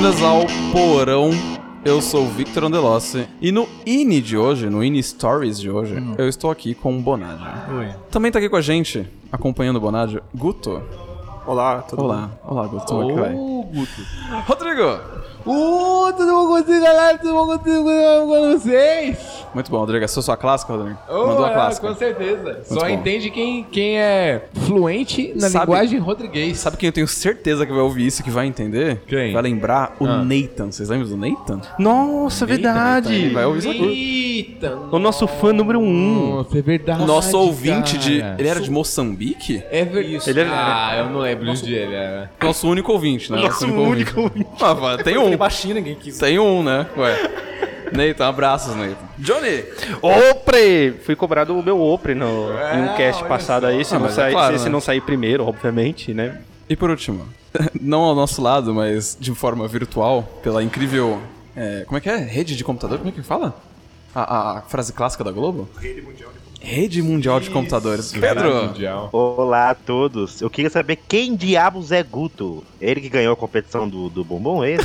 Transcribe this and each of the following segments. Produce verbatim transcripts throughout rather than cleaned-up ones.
Bem-vindas ao Porão. Eu sou o Victor Andelossi. E no I N I de hoje, no I N I Stories de hoje, hum. eu estou aqui com o Bonadi. Oi. Também tá aqui com a gente, acompanhando o Bonadi, Guto. Olá, tudo Olá. bem? Olá, Guto. Como é que vai? Guto. Rodrigo! Uh, tudo bom contigo, galera? Tudo bom contigo com vocês? Muito bom, Rodrigo. Essa é a sua clássica, Rodrigo? Oh, Mandou a é, clássica. Com certeza. Muito Só bom. entende quem, quem é fluente na Sabe- linguagem rodriguês. Sabe quem eu tenho certeza que vai ouvir isso e que vai entender? Quem? Vai lembrar o Ah. Nathan. Vocês lembram do Nathan? Nossa, Ele verdade. vai ouvir isso aqui. Eita, O nosso fã número um. Nossa, é verdade. Nosso ouvinte de... cara. Ele era de Moçambique? É verdade. Ele é- Ah, eu não lembro onde ele era. Nosso único ouvinte, né? Nosso único ouvinte. Ah, vai, tem um. Baixinho, ninguém quis. Tem um, né? Ué. Nathan, abraços, Nathan. Johnny! Opre! Fui cobrado o meu Opre no, É, em um cast olha passado só. aí. Se, Ah, não, mas é sair, claro, se, se né? não sair primeiro, obviamente, né? E por último, não ao nosso lado, mas de forma virtual, pela incrível... é, como é que é? Rede de computador? Como é que fala? A, a- a frase clássica da Globo? Rede Mundial de Computadores. Rede Mundial de Computadores. Pedro! Mundial. Olá a todos. Eu queria saber quem diabos é Guto. Ele que ganhou a competição do, do bumbum, é esse?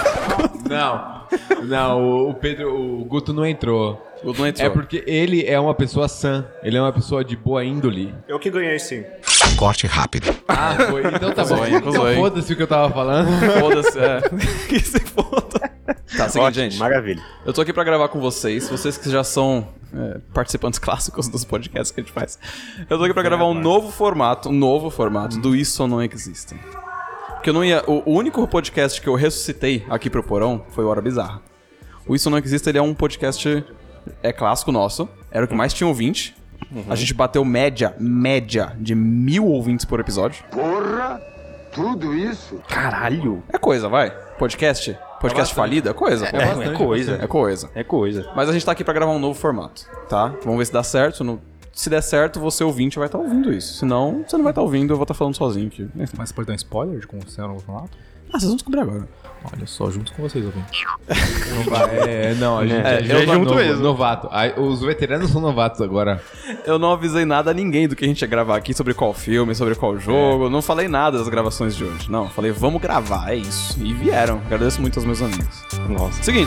Não, não, o- o Pedro, o Guto não entrou. O Guto não entrou. É porque ele é uma pessoa sã, ele é uma pessoa de boa índole. Eu que ganhei, sim. Corte rápido. Ah, foi. Então tá bom. Acusou, hein? Acusou, Então hein? foda-se o que eu tava falando. Foda-se, é. Que se foda. Tá, seguinte, Ótimo, gente. maravilha. Eu tô aqui pra gravar com vocês, vocês que já são é, participantes clássicos dos podcasts que a gente faz. Eu tô aqui pra gravar um novo formato, um novo formato do Isso ou Não Existem. Porque eu não ia... O, o único podcast que eu ressuscitei aqui pro Porão foi o Hora Bizarra. O Isso ou Não Existe, ele é um podcast é clássico nosso, era o que mais tinha ouvinte. A gente bateu média, média de mil ouvintes por episódio. Porra! Tudo isso? Caralho. É coisa, vai. Podcast, podcast falido, é coisa. pô. É, bastante, é coisa. É coisa. É coisa. Mas a gente tá aqui pra gravar um novo formato, tá? Vamos ver se dá certo. No- Se der certo, você ouvinte vai estar ouvindo isso. Se não, você não vai estar ouvindo, eu vou estar falando sozinho aqui. Enfim. Mas pode dar um spoiler de como você é no formato? Ah, vocês vão descobrir agora. Olha só, junto com vocês, ouvintes. Não vai, é, não, a gente É, a gente eu é junto novo, mesmo. novato. Aí, os veteranos são novatos agora. Eu não avisei nada a ninguém do que a gente ia gravar aqui, sobre qual filme, sobre qual jogo. Não falei nada das gravações de hoje. Não, falei, vamos gravar, é isso. E vieram. Agradeço muito aos meus amigos. Nossa. Seguinte.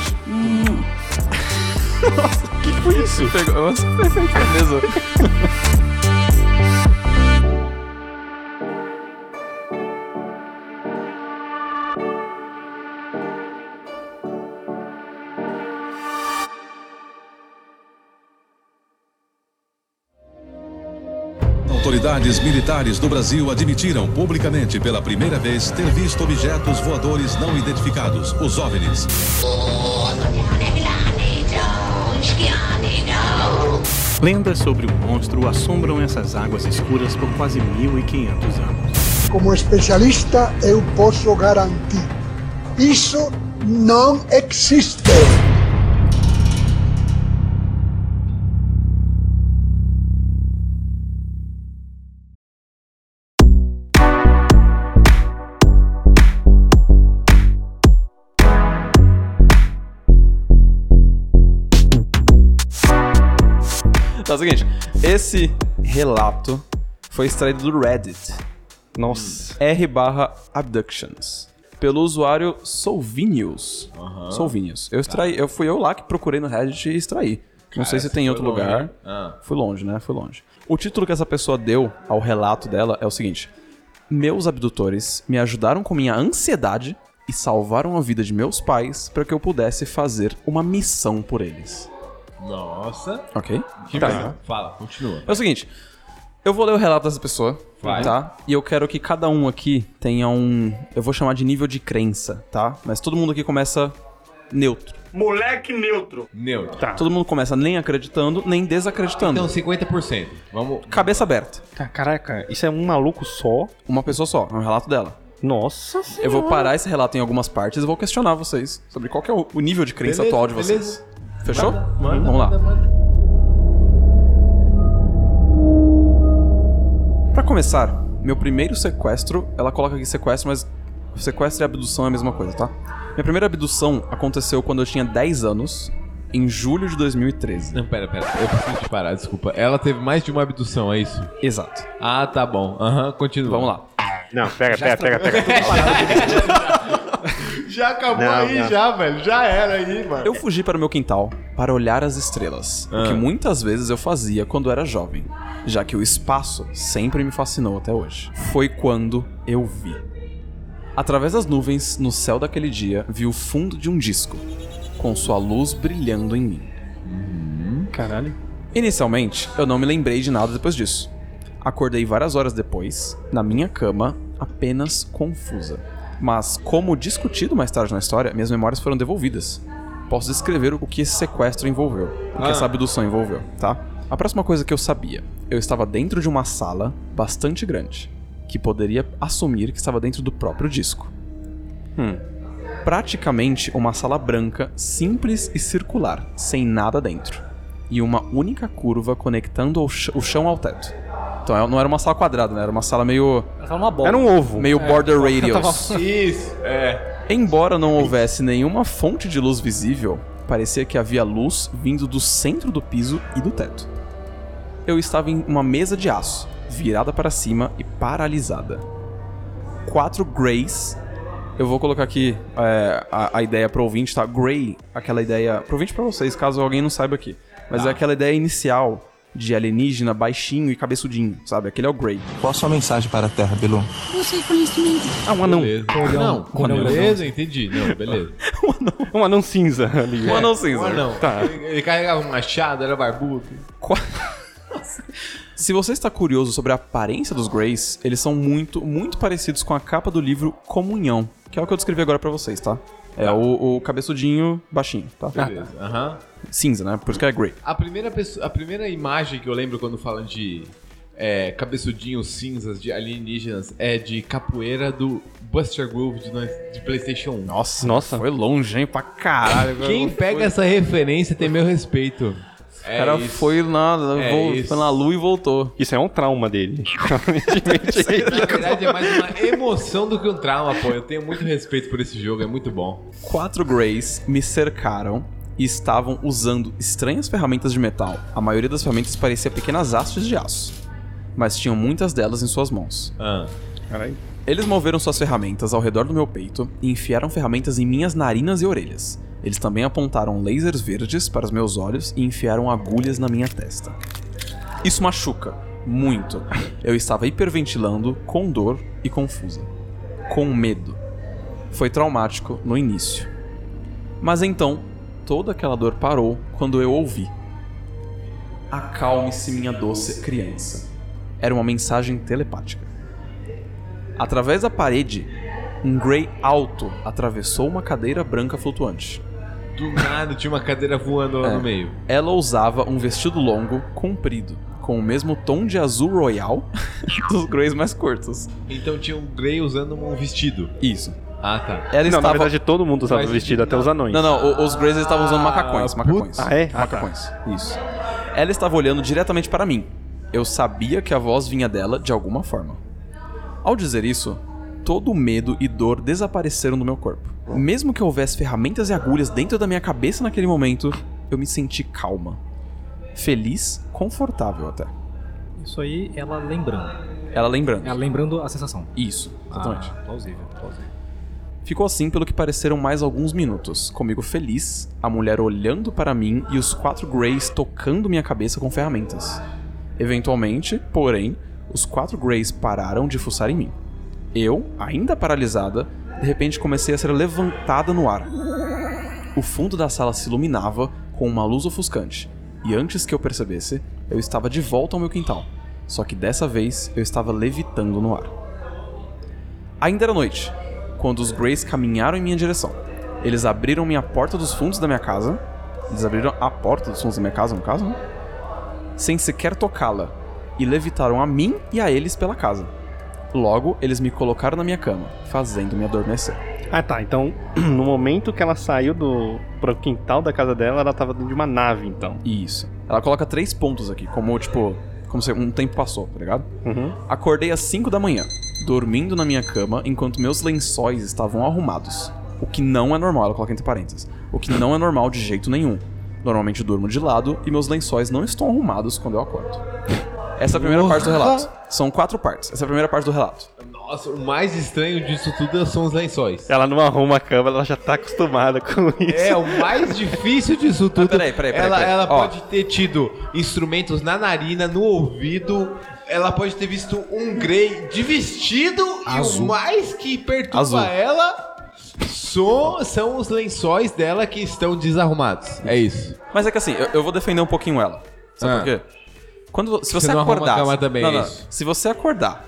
Nossa, o que foi isso? Pegou. Nossa, perfeito mesmo. Autoridades militares do Brasil admitiram publicamente pela primeira vez ter visto objetos voadores não identificados, os OVNIs. Lendas sobre o monstro assombram essas águas escuras por quase mil e quinhentos anos. Como especialista, eu posso garantir: isso não existe. Tá, é o seguinte. Esse relato foi extraído do Reddit. Nossa. R barra abductions. Pelo usuário Solvinius. Solvinius. Eu extraí, eu fui eu lá que procurei no Reddit e extraí. Não sei se tem em outro foi longe, lugar. hein? Ah. Fui longe, né? Fui longe. O título que essa pessoa deu ao relato dela é o seguinte: meus abdutores me ajudaram com minha ansiedade e salvaram a vida de meus pais para que eu pudesse fazer uma missão por eles. Nossa. Ok? Que Tá. legal. Fala, continua. É o seguinte, eu vou ler o relato dessa pessoa, Vai. tá? E eu quero que cada um aqui tenha um... Eu vou chamar de nível de crença, tá? Mas todo mundo aqui começa neutro. Moleque neutro. Neutro. Tá. Todo mundo começa nem acreditando, nem desacreditando. Então, cinquenta por cento. Vamos. Cabeça aberta. Tá, caraca, isso é um maluco só? Uma pessoa só, é um relato dela. Nossa Eu vou parar esse relato em algumas partes e vou questionar vocês sobre qual que é o o nível de crença Beleza, atual de vocês. beleza. Fechou? Manda, Vamos lá. manda, manda. Pra começar, meu primeiro sequestro, ela coloca aqui sequestro, mas sequestro e abdução é a mesma coisa, tá? Minha primeira abdução aconteceu quando eu tinha dez anos, em julho de dois mil e treze. Não, pera, pera. Eu preciso te parar, desculpa. Ela teve mais de uma abdução, é isso? Exato. Ah, tá bom. Aham, continua. Vamos lá. Não, pega, pega, pega, pega. Já acabou Não, aí, não. já, velho. Já era aí, mano. Eu fugi para o meu quintal para olhar as estrelas, Ah. o que muitas vezes eu fazia quando era jovem, já que o espaço sempre me fascinou até hoje. Foi quando eu vi. Através das nuvens, no céu daquele dia, vi o fundo de um disco, com sua luz brilhando em mim. Caralho. Inicialmente, eu não me lembrei de nada depois disso. Acordei várias horas depois, na minha cama, apenas confusa. Mas, como discutido mais tarde na história, minhas memórias foram devolvidas. Posso descrever o que esse sequestro envolveu, o que Ah. essa abdução envolveu, tá? A próxima coisa que eu sabia, eu estava dentro de uma sala bastante grande, que poderia assumir que estava dentro do próprio disco. Hum. Praticamente uma sala branca, simples e circular, sem nada dentro. E uma única curva conectando o ch- o chão ao teto. Então não era uma sala quadrada, né? Era uma sala meio... Era uma bola. Era um ovo. meio border radius. Isso, é. Embora não houvesse nenhuma fonte de luz visível, parecia que havia luz vindo do centro do piso e do teto. Eu estava em uma mesa de aço, virada para cima e paralisada. Quatro Greys. Eu vou colocar aqui é, a, a ideia pro ouvinte, tá? Grey, aquela ideia... Pro ouvinte pra vocês, caso alguém não saiba aqui. Mas é aquela ideia inicial de alienígena baixinho e cabeçudinho, sabe? Aquele é o Grey. Qual a sua mensagem para a Terra, Belu? Você conhecimento. Ah, um anão. Beleza. Olhão. Não, Olhão beleza, entendi. Não, beleza. Um anão cinza ali. Um anão cinza. Ou não. Tá. Ele, ele carregava um machado, era barbudo. Qua- Se você está curioso sobre a aparência dos Greys, eles são muito, muito parecidos com a capa do livro Comunhão, que é o que eu descrevi agora pra vocês, tá? É o, o cabeçudinho baixinho, tá? Beleza, aham. Cinza, né? Por isso que é Grey. A primeira, pessoa, a primeira imagem que eu lembro quando falam de é, cabeçudinhos cinzas de alienígenas é de capoeira do Buster Groove de, de PlayStation um. Nossa, Nossa. foi longe, hein? Pra caralho. Quem pega essa referência tem meu respeito. O cara isso. foi na, É vol- isso. foi na lua e voltou. Isso é um trauma dele. Na verdade é mais uma emoção do que um trauma, pô. Eu tenho muito respeito por esse jogo, é muito bom. Quatro Greys me cercaram e estavam usando estranhas ferramentas de metal. A maioria das ferramentas parecia pequenas hastes de aço, mas tinham muitas delas em suas mãos. Ah. Caralho. Eles moveram suas ferramentas ao redor do meu peito e enfiaram ferramentas em minhas narinas e orelhas. Eles também apontaram lasers verdes para os meus olhos e enfiaram agulhas na minha testa. Isso machuca muito. Eu estava hiperventilando, com dor e confusa. Com medo. Foi traumático no início. Mas então, toda aquela dor parou quando eu ouvi: acalme-se, minha doce criança. Era uma mensagem telepática. Através da parede, um Grey alto atravessou uma cadeira branca flutuante. Do nada tinha uma cadeira voando lá É. no meio. Ela usava um vestido longo, comprido, com o mesmo tom de azul royal dos Greys mais curtos. Então tinha um Grey usando um vestido. Isso. Ah, tá. Ela Não, estava... na verdade todo mundo usava Mas- vestido, até os anões. Não, não, o- os Greys eles estavam usando macacões, Ah, macacões. putz. Ah, é? Ah, Macacões, isso. Ela estava olhando diretamente para mim. Eu sabia que a voz vinha dela de alguma forma. Ao dizer isso, todo o medo e dor desapareceram do meu corpo. Mesmo que houvesse ferramentas e agulhas dentro da minha cabeça naquele momento, eu me senti calma. Feliz, confortável até. Isso aí, ela lembrando. Ela lembrando. Ela lembrando a sensação. Isso, exatamente. Ah, plausível, plausível. Ficou assim pelo que pareceram mais alguns minutos, comigo feliz, a mulher olhando para mim e os quatro Greys tocando minha cabeça com ferramentas. Eventualmente, porém, os quatro Greys pararam de fuçar em mim. Eu, ainda paralisada, de repente comecei a ser levantada no ar. O fundo da sala se iluminava com uma luz ofuscante, e antes que eu percebesse, eu estava de volta ao meu quintal. Só que dessa vez eu estava levitando no ar. Ainda era noite, quando os Greys caminharam em minha direção. Eles abriram minha porta dos fundos da minha casa. Eles abriram a porta dos fundos da minha casa, no caso, né? Sem sequer tocá-la, e levitaram a mim e a eles pela casa. Logo, eles me colocaram na minha cama, fazendo-me adormecer. Ah, tá. Então, no momento que ela saiu do pro quintal da casa dela, ela tava dentro de uma nave, então. Isso. Ela coloca três pontos aqui, como, tipo, como se um tempo passou, tá ligado? Uhum. Acordei às cinco da manhã, dormindo na minha cama enquanto meus lençóis estavam arrumados. O que não é normal, ela coloca entre parênteses. O que não é normal de jeito nenhum. Normalmente eu durmo de lado e meus lençóis não estão arrumados quando eu acordo. Essa é a primeira parte do relato. São quatro partes. Essa é a primeira parte do relato. Nossa, o mais estranho disso tudo são os lençóis. Ela não arruma a cama, ela já tá acostumada com isso. É, o mais difícil disso tudo. Ah, peraí, peraí, peraí, ela peraí. ela Ó. pode ter tido instrumentos na narina, no ouvido. Ela pode ter visto um Grey de vestido. Azul. E o mais que perturba Azul. ela são, são os lençóis dela que estão desarrumados. É isso. Mas é que assim, eu, eu vou defender um pouquinho ela. Sabe Ah. por quê? Quando, se você não arruma a acordar... cama também, não, é não. isso? Se você acordar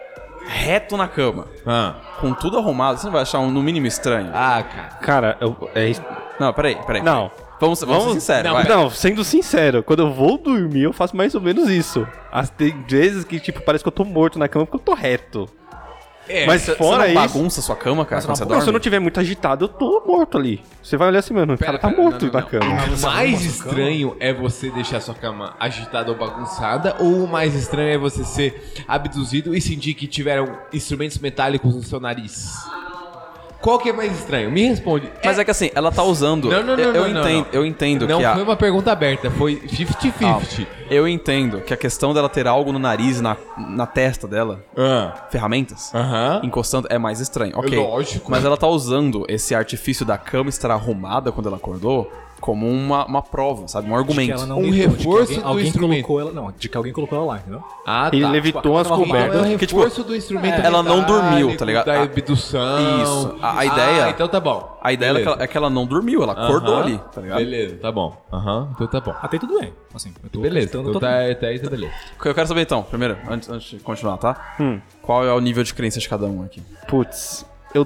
reto na cama, Ah, com tudo arrumado, você não vai achar um no mínimo estranho? ah cara. Cara, eu, é isso. Não, peraí, peraí. Não. Vamos, vamos, ser sinceros, não, vai. não, sendo sincero, quando eu vou dormir, eu faço mais ou menos isso. As, tem vezes que, tipo, parece que eu tô morto na cama porque eu tô reto. É, Mas Você fora não isso... bagunça a sua cama, cara, quando você Não, dorme? se eu não tiver muito agitado, eu tô morto ali. Você vai olhar assim, mano, o Pera, cara tá pera, morto não, não, na não. cama. O mais estranho é você deixar sua cama agitada ou bagunçada, ou o mais estranho é você ser abduzido e sentir que tiveram instrumentos metálicos no seu nariz? Qual que é mais estranho? Me responde. Mas é que assim, ela tá usando... Não, não, não, eu, eu não, entendo, não. eu entendo Não que a... foi uma pergunta aberta, foi cinquenta cinquenta. Eu entendo que a questão dela ter algo no nariz e na, na testa dela, Ah. ferramentas, Aham. encostando, é mais estranho. Ok. Lógico. Mas ela tá usando esse artifício da cama estar arrumada quando ela acordou como uma, uma prova, sabe? Um argumento. De que ela não Um deitou, de que reforço alguém, do alguém instrumento. colocou ela, não, de que alguém colocou ela lá, entendeu? Ah, Ele tá. levitou as Tipo, Então é cobertas. um Que, tipo, reforço do instrumento ela não dormiu, metálico, tá ligado? Da A- abdução. Isso. A- a ideia- Ah, então tá bom. A ideia é que, Beleza. ela, é que ela não dormiu, ela acordou Aham. ali, tá ligado? Beleza, tá bom. Aham, então tá bom. Até aí tudo bem. Assim, eu tô Beleza, acreditando então totalmente. tá, tá aí, tá beleza. O que eu quero saber então, primeiro, antes, antes de continuar, tá? Hum. Qual é o nível de crença de cada um aqui? Putz, eu...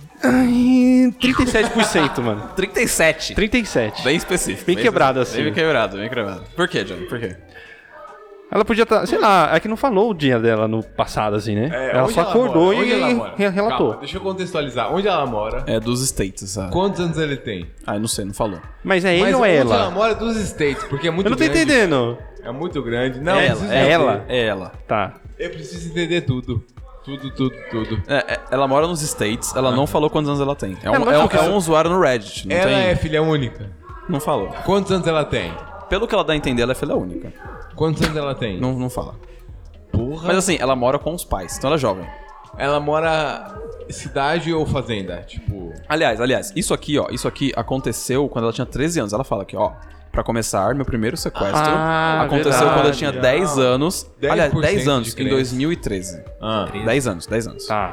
Ai, trinta e sete por cento, mano. trinta e sete. trinta e sete. Bem específico. Bem quebrado, específico. assim. Bem quebrado, bem quebrado. Por quê, Johnny? Por quê? Ela podia estar, sei lá, é que não falou o dia dela no passado, assim, né? É, ela onde só acordou mora? e Onde ela mora? re- relatou. Calma, deixa eu contextualizar. Onde ela mora? É dos States, sabe? Quantos anos ele tem? Ah, eu não sei, não falou. Mas é ele Mas ou onde é ela ela? mora é dos States, porque é muito Eu não tô grande. entendendo. É muito grande. Não, é eu ela, preciso é entender. ela. É ela. Tá. Eu preciso entender tudo. Tudo, tudo, tudo. É, é, ela mora nos States, ela não falou quantos anos ela tem. É um, Ela não é um, falou que é um usuário no Reddit, não Ela tem? é filha única. Não falou. Quantos anos ela tem? Pelo que ela dá a entender, ela é filha única. Quantos anos ela tem? Não, não fala. Porra. Mas assim, ela mora com os pais, então ela é jovem. Ela mora cidade ou fazenda? Tipo... Aliás, aliás, isso aqui, ó, isso aqui aconteceu quando ela tinha treze anos. Ela fala aqui, ó, pra começar, meu primeiro sequestro Ah, aconteceu verdade. quando eu tinha dez anos. dez Aliás, por cento dez anos, de em crença. dois mil e treze. Ah. dez anos, dez anos. Tá.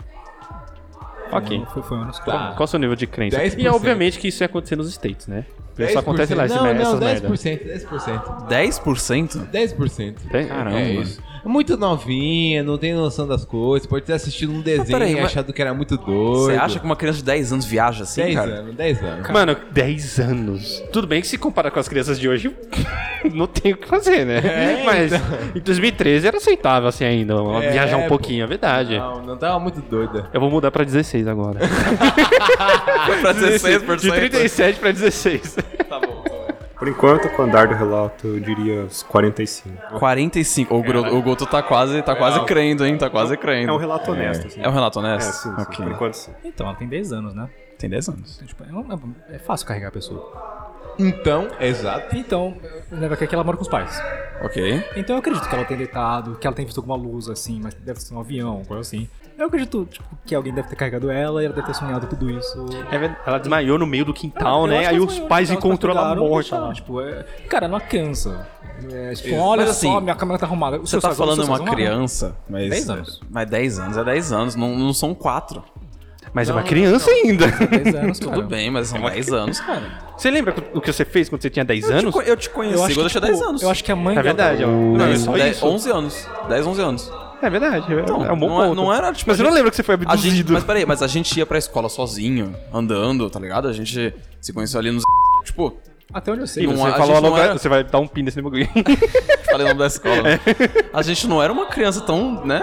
Ok. Foi, foi um ano Tá. Qual é o seu nível de crença? dez por E cento. obviamente que isso ia acontecer nos States, né? dez Só por acontece cento. lá, esse Não, mer- não, essas dez merda. por cento, dez por cento. dez por cento? dez por cento. Caramba. É isso. É muito novinha, não tem noção das coisas. Pode ter assistido um desenho peraí, e mas- achado que era muito doido. Você acha que uma criança de dez anos viaja assim, dez cara? anos, dez anos. Mano, dez anos. Tudo bem que se comparar com as crianças de hoje, não tem o que fazer, né? É, Mas então. em dois mil e treze era aceitável assim ainda, É, viajar um pô. pouquinho, é verdade. Não, não tava muito doida. Eu vou mudar pra dezesseis agora. Foi pra dezesseis por cento. De trinta e sete pra dezesseis. Tá bom, tá bom. Por enquanto, com o andar do relato, eu diria uns quarenta e cinco. quarenta e cinco. O, Gro- o Goto tá quase, tá quase crendo, hein? Tá quase crendo. É um relato honesto, assim. É um relato É, honesto? sim, sim, Ok. por enquanto sim. Então, ela tem dez anos, né? Tem dez anos. Então, tipo, é, um- é fácil carregar a pessoa. Então, exato. Então, lembra que ela mora com os pais. Ok. Então eu acredito que ela tenha deitado, que ela tenha visto alguma luz assim, mas deve ser um avião, coisa assim. Eu acredito, tipo, que alguém deve ter carregado ela e ela deve ter sonhado tudo isso. É verdade. Ela desmaiou no meio do quintal, Eu né? acho Aí que os ela pais desmaiou, encontrou elas ela pegaram, morta deixaram, lá. Tipo, é... Cara, não cansa. É, tipo, Isso. olha Mas, só, assim, minha câmera tá arrumada. Você tá falando de uma criança, mas... dez anos. Mas dez anos é dez anos, não, não são quatro. Mas Não, é uma criança ainda. dez anos, cara. Tudo bem, mas são dez anos, cara. Você lembra o que você fez quando você tinha dez Eu te, anos? co- eu te conheci Eu acho quando eu que, tinha tipo, dez anos. eu acho que a mãe É verdade, dela... ó. Não, é dez, só dez, isso. onze anos. dez, onze anos. É verdade, é, Não, é um bom não, é- ponto. não era, tipo, Mas a eu não gente- lembro que você foi A gente, abduzido. mas peraí, mas a gente ia pra escola sozinho, andando, tá ligado? A gente se conheceu ali nos... Tipo, Até onde eu sei. E não- você a falou gente a não nome, era- você vai dar um pin nesse bagulho. falei o nome da escola. né? A gente não era uma criança tão, né?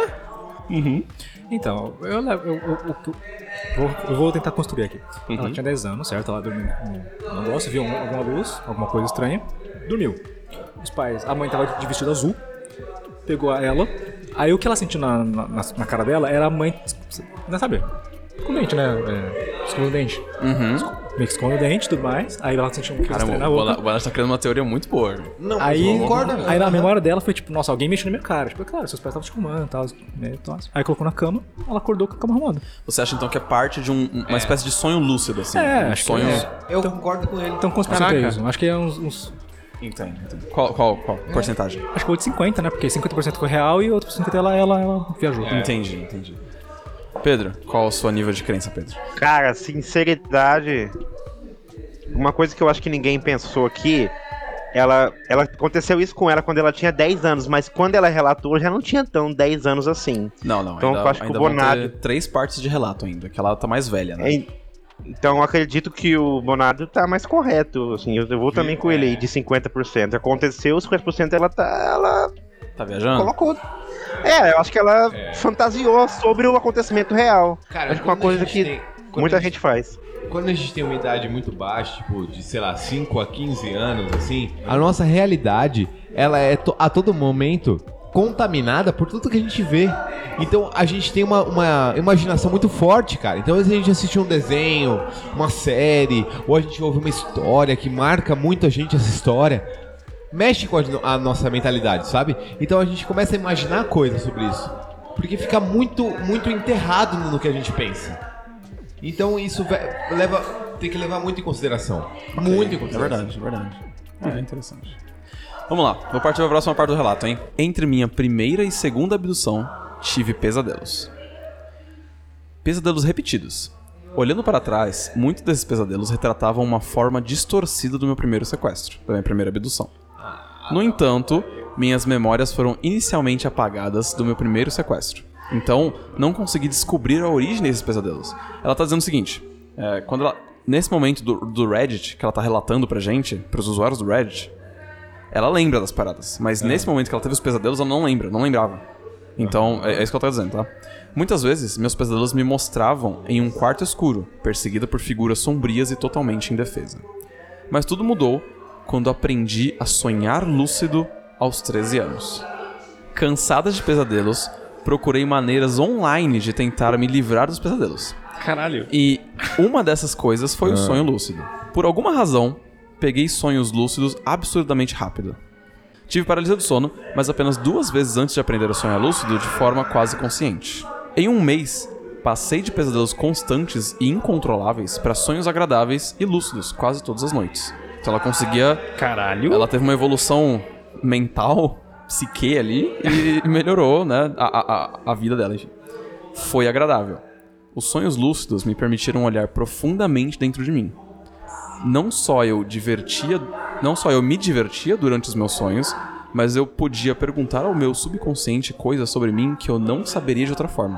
Então, eu, levo- eu, eu, eu, eu, vou, eu vou tentar construir aqui. Uhum. Ela tinha dez anos, certo? Ela dormiu no negócio, viu um- alguma luz, alguma coisa estranha, dormiu. Os pais, a mãe tava de vestido azul, pegou ela, aí o que ela sentiu na, na, na cara dela era a mãe, não sabe? Com dente, né? É, escovando o dente. Uhum. meio que esconde o dente e tudo mais. Aí ela sentiu um que Caramba, na o boca. Bola- o Bonadio tá criando uma teoria muito boa. Não, Aí, eu concordo, aí na memória dela foi tipo, nossa, alguém mexeu na minha cara. Tipo, claro, seus pais estavam te comando e tal, né, tal. Aí colocou na cama, ela acordou com a cama arrumada. Você acha então que é parte de um- uma espécie de sonho lúcido, assim? É, um acho que sonho. é. Eu concordo com ele. Então quantos por cento é Caraca. isso? Acho que é uns... uns Entendo, entendo. Qual, qual, qual porcentagem? acho que oito e cinquenta, né? Porque cinquenta por cento foi real e o outro por cento dela, ela, ela viajou. Entendi, entendi. Pedro, qual o seu nível de crença, Pedro? Cara, sinceridade. Uma coisa que eu acho que ninguém pensou aqui. Ela, ela aconteceu isso com ela quando ela tinha dez anos, mas quando ela relatou já não tinha tão dez anos assim. Não, não. Então ainda, eu acho que ainda o Bonadio. vão ter três partes de relato ainda, que ela tá mais velha, né? É, então eu acredito que o Bonadio tá mais correto. Assim, eu, eu vou também com ele aí de cinquenta por cento. Aconteceu, cinquenta por cento ela tá. Ela Tá viajando? colocou. É, eu acho que ela fantasiou sobre o acontecimento real. Cara, acho que é uma quando a coisa gente que tem- quando muita a gente gente- faz. Quando a gente tem uma idade muito baixa, tipo, de, sei lá, cinco a quinze anos, assim, a nossa realidade, ela é to- a todo momento contaminada por tudo que a gente vê. Então a gente tem uma, uma imaginação muito forte, cara. Então às vezes a gente assiste um desenho, uma série, ou a gente ouve uma história que marca muito a gente essa história. Mexe com a, a nossa mentalidade, sabe? Então a gente começa a imaginar coisas sobre isso. Porque fica muito, muito enterrado no que a gente pensa. Então isso ve- leva, tem que levar muito em consideração. Muito em É consideração. verdade, é verdade. É interessante. Vamos lá, vou partir para a próxima parte do relato, hein? Entre minha primeira e segunda abdução, tive pesadelos. Pesadelos repetidos. Olhando para trás, muitos desses pesadelos retratavam uma forma distorcida do meu primeiro sequestro, da minha primeira abdução. No entanto, minhas memórias foram inicialmente apagadas do meu primeiro sequestro. Então, não consegui descobrir a origem desses pesadelos. Ela tá dizendo o seguinte, é, quando ela, nesse momento do, do Reddit, que ela tá relatando pra gente, pros usuários do Reddit, ela lembra das paradas, mas nesse momento que ela teve os pesadelos, ela não lembra, não lembrava. Então, é, é isso que ela tá dizendo, tá? Muitas vezes, meus pesadelos me mostravam em um quarto escuro, perseguida por figuras sombrias e totalmente indefesa. Mas tudo mudou quando aprendi a sonhar lúcido aos treze anos. Cansada de pesadelos, procurei maneiras online de tentar me livrar dos pesadelos. Caralho. E uma dessas coisas foi o sonho lúcido. Por alguma razão, peguei sonhos lúcidos absurdamente rápido. Tive paralisia do sono, mas apenas duas vezes antes de aprender a sonhar lúcido de forma quase consciente. Em um mês, passei de pesadelos constantes e incontroláveis para sonhos agradáveis e lúcidos quase todas as noites. Então ela conseguia... Caralho. Ela teve uma evolução mental, psique ali, e melhorou, né, a, a, a vida dela. Enfim. Foi agradável. Os sonhos lúcidos me permitiram olhar profundamente dentro de mim. Não só eu divertia, não só eu me divertia durante os meus sonhos, mas eu podia perguntar ao meu subconsciente coisas sobre mim que eu não saberia de outra forma.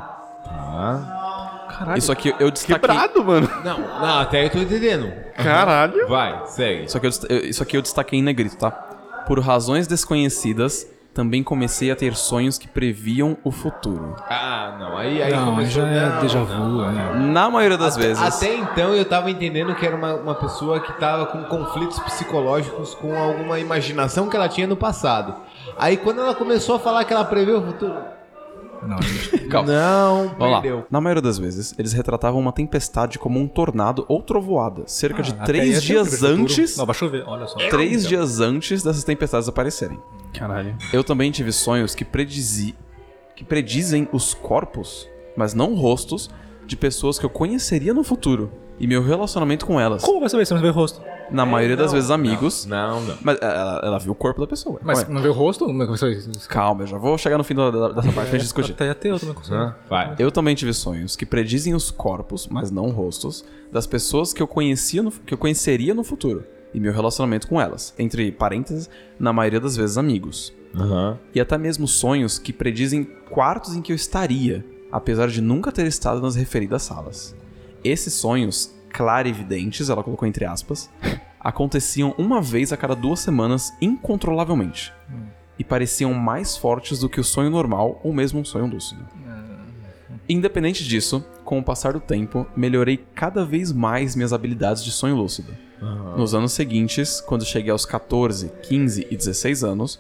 Ah. Caralho. Isso aqui eu destaquei. Quebrado, mano. Não, não, até aí eu tô entendendo. Caralho. Vai, segue. Isso aqui, eu, dest- eu- isso aqui eu destaquei em negrito, tá? Por razões desconhecidas, também comecei a ter sonhos que previam o futuro. Ah, não, aí, aí Não, começou... já é não, déjà não. vu, né? Na maioria das Até, vezes. até então eu tava entendendo que era uma, uma pessoa que tava com conflitos psicológicos com alguma imaginação que ela tinha no passado. Aí quando ela começou a falar que ela prevê o futuro... Não, gente. Calma. Não, Vamos perdeu. lá. Na maioria das vezes, eles retratavam uma tempestade como um tornado ou trovoada, cerca de Ah, até três aí é dias sempre futuro. antes. Não, vai chover, olha só. Três dias antes dessas tempestades aparecerem. Caralho. Eu também tive sonhos que predizi, que predizem os corpos, mas não rostos, de pessoas que eu conheceria no futuro e meu relacionamento com elas. Como vai saber se você não vê o rosto? Na maioria das vezes, amigos. Não, não. Mas ela, ela viu o corpo da pessoa. Mas Ué, não vê o rosto? Como é que vai saber isso? calma, eu já vou chegar no fim da- da- dessa parte pra gente discutir. Até até eu também consigo. Vai. Eu também tive sonhos que predizem os corpos, mas não rostos, das pessoas que eu conhecia no, que eu conheceria no futuro e meu relacionamento com elas, entre parênteses, na maioria das vezes amigos. Uhum. E até mesmo sonhos que predizem quartos em que eu estaria, apesar de nunca ter estado nas referidas salas. Esses sonhos, clarividentes, ela colocou entre aspas, aconteciam uma vez a cada duas semanas incontrolavelmente. E pareciam mais fortes do que o sonho normal ou mesmo um sonho lúcido. Independente disso, com o passar do tempo, melhorei cada vez mais minhas habilidades de sonho lúcido. Nos anos seguintes, quando cheguei aos catorze, quinze e dezesseis anos,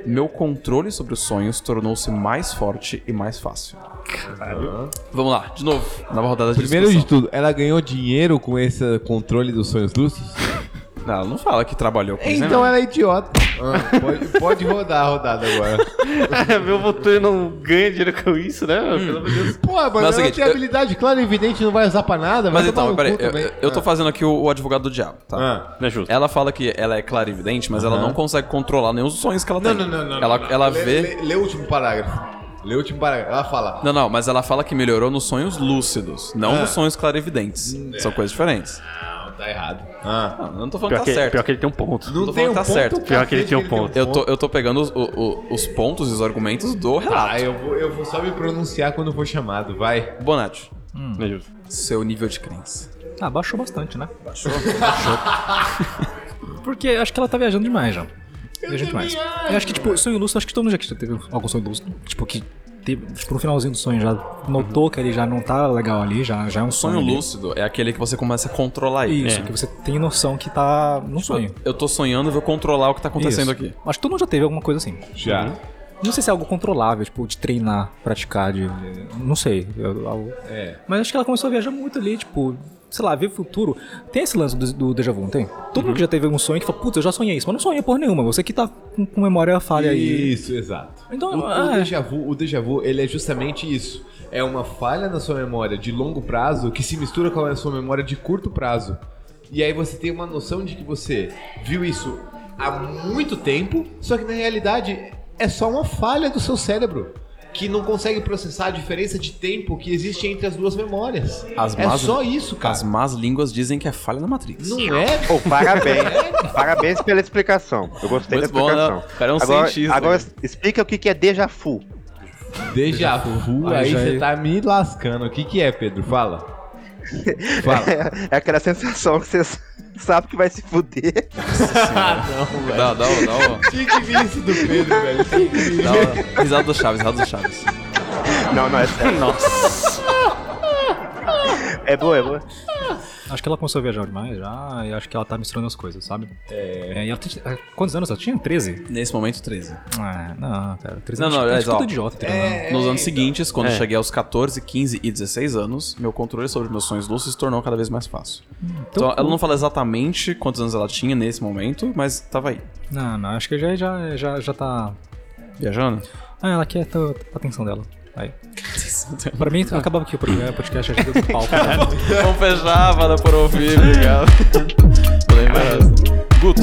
Meu controle sobre os sonhos tornou-se mais forte e mais fácil. Caralho. Vamos lá, de novo, nova rodada de Primeiro discussão. de tudo, ela ganhou dinheiro com esse controle dos sonhos lúcidos? Não, ela não fala que trabalhou com isso, Então né? ela é idiota. Ah, pode, pode rodar a rodada agora. Meu motor não ganha dinheiro com isso, né? Hum. Pelo amor de Deus. Pô, mas Não, é o ela seguinte, tem eu- habilidade clara e evidente, não vai usar pra nada. Mas vai tomar então, no peraí, cu eu, também. eu tô Ah. fazendo aqui o, o advogado do diabo, tá? Ah. Não é justo. Ela fala que ela é clarividente, mas ela Aham. não consegue controlar nem os sonhos que ela Não, tem. não, não, não. Ela, não, não. ela lê, vê... Lê, lê o último parágrafo. Lê o último parágrafo. Ela fala... Não, não, mas ela fala que melhorou nos sonhos lúcidos, não Ah. nos sonhos clarividentes. São coisas diferentes. Não, tá errado. Ah. Não, eu não tô falando Pior que que, tá certo. pior que ele tem um ponto. Não tô tem falando um que tá ponto, certo. cara. Pior que ele tem um Ele tem um ponto. Eu tô, eu tô pegando os, o- o- os pontos e os argumentos do relato. Ah, eu vou, eu vou só me pronunciar quando for chamado, vai. Bonatti, Hum. Não é justo. seu nível de crença. Ah, baixou bastante, né? Baixou? Porque acho que ela tá viajando demais já. Viajando demais. Eu acho que, tipo, sonho lúcido, acho que todo mundo já que já teve algum sonho lúcido. Tipo, que teve, tipo, no finalzinho do sonho já notou que ele já não tá legal ali, já, já é um sonho. Sonho ali. lúcido é aquele que você começa a controlar ele. Isso, É. que você tem noção que tá num sonho. Eu tô sonhando e vou controlar o que tá acontecendo Isso. aqui. Acho que todo mundo já teve alguma coisa assim. Já. Não sei se é algo controlável, tipo, de treinar, praticar, de. Não sei. eu- algo- É. Mas acho que ela começou a viajar muito ali, tipo, sei lá, ver o futuro. Tem esse lance do, do déjà vu, não tem? Todo mundo que já teve um sonho que fala, putz, eu já sonhei isso, mas não sonhei porra nenhuma. Você que tá com, com memória falha aí. Isso, exato. Então, o, ah, o, déjà vu, o déjà vu, ele é justamente isso. É uma falha na sua memória de longo prazo que se mistura com a sua memória de curto prazo. E aí você tem uma noção de que você viu isso há muito tempo, só que na realidade é só uma falha do seu cérebro que não consegue processar a diferença de tempo que existe entre as duas memórias. As é más- só isso, cara. As más línguas dizem que é falha na Matrix. Não é? Pô, parabéns. Parabéns pela explicação. Eu gostei Muito da bom, explicação. né? O cara é um agora, cientista, Agora né? explica o que que é déjà vu. Déjà vu, Aí aí já você é- tá me lascando. O que que é, Pedro? Fala. Fala. É, é aquela sensação que você sabe que vai se fuder. Ah, não, velho. Dá, dá, o- dá, o- Tinha que vir isso do Pedro, velho. Tinha que vir. dá o- risada do Chaves, risada do Chaves. Não, não, é sério. Nossa. É boa, é boa. acho que ela começou a viajar demais já, e acho que ela tá misturando as coisas, sabe? É. E ela tem, quantos anos ela tinha? treze? Nesse momento, treze. Ah, não, cara. treze Não, anos. não, acho aliás, que eu tô ó, idiota, entendeu? Nos anos seguintes, quando É. eu cheguei aos catorze, quinze e dezesseis anos, meu controle sobre meus sonhos lúcidos se tornou cada vez mais fácil. Então, ela não fala exatamente quantos anos ela tinha nesse momento, mas tava aí. Não, não, acho que já, já, já, já tá. Viajando? Ah, ela quer a a atenção dela. Aí. Pra mim, acabava aqui o podcast, a gente deu do palco. Né? Vamos fechar, valeu por ouvir, obrigado. Guto.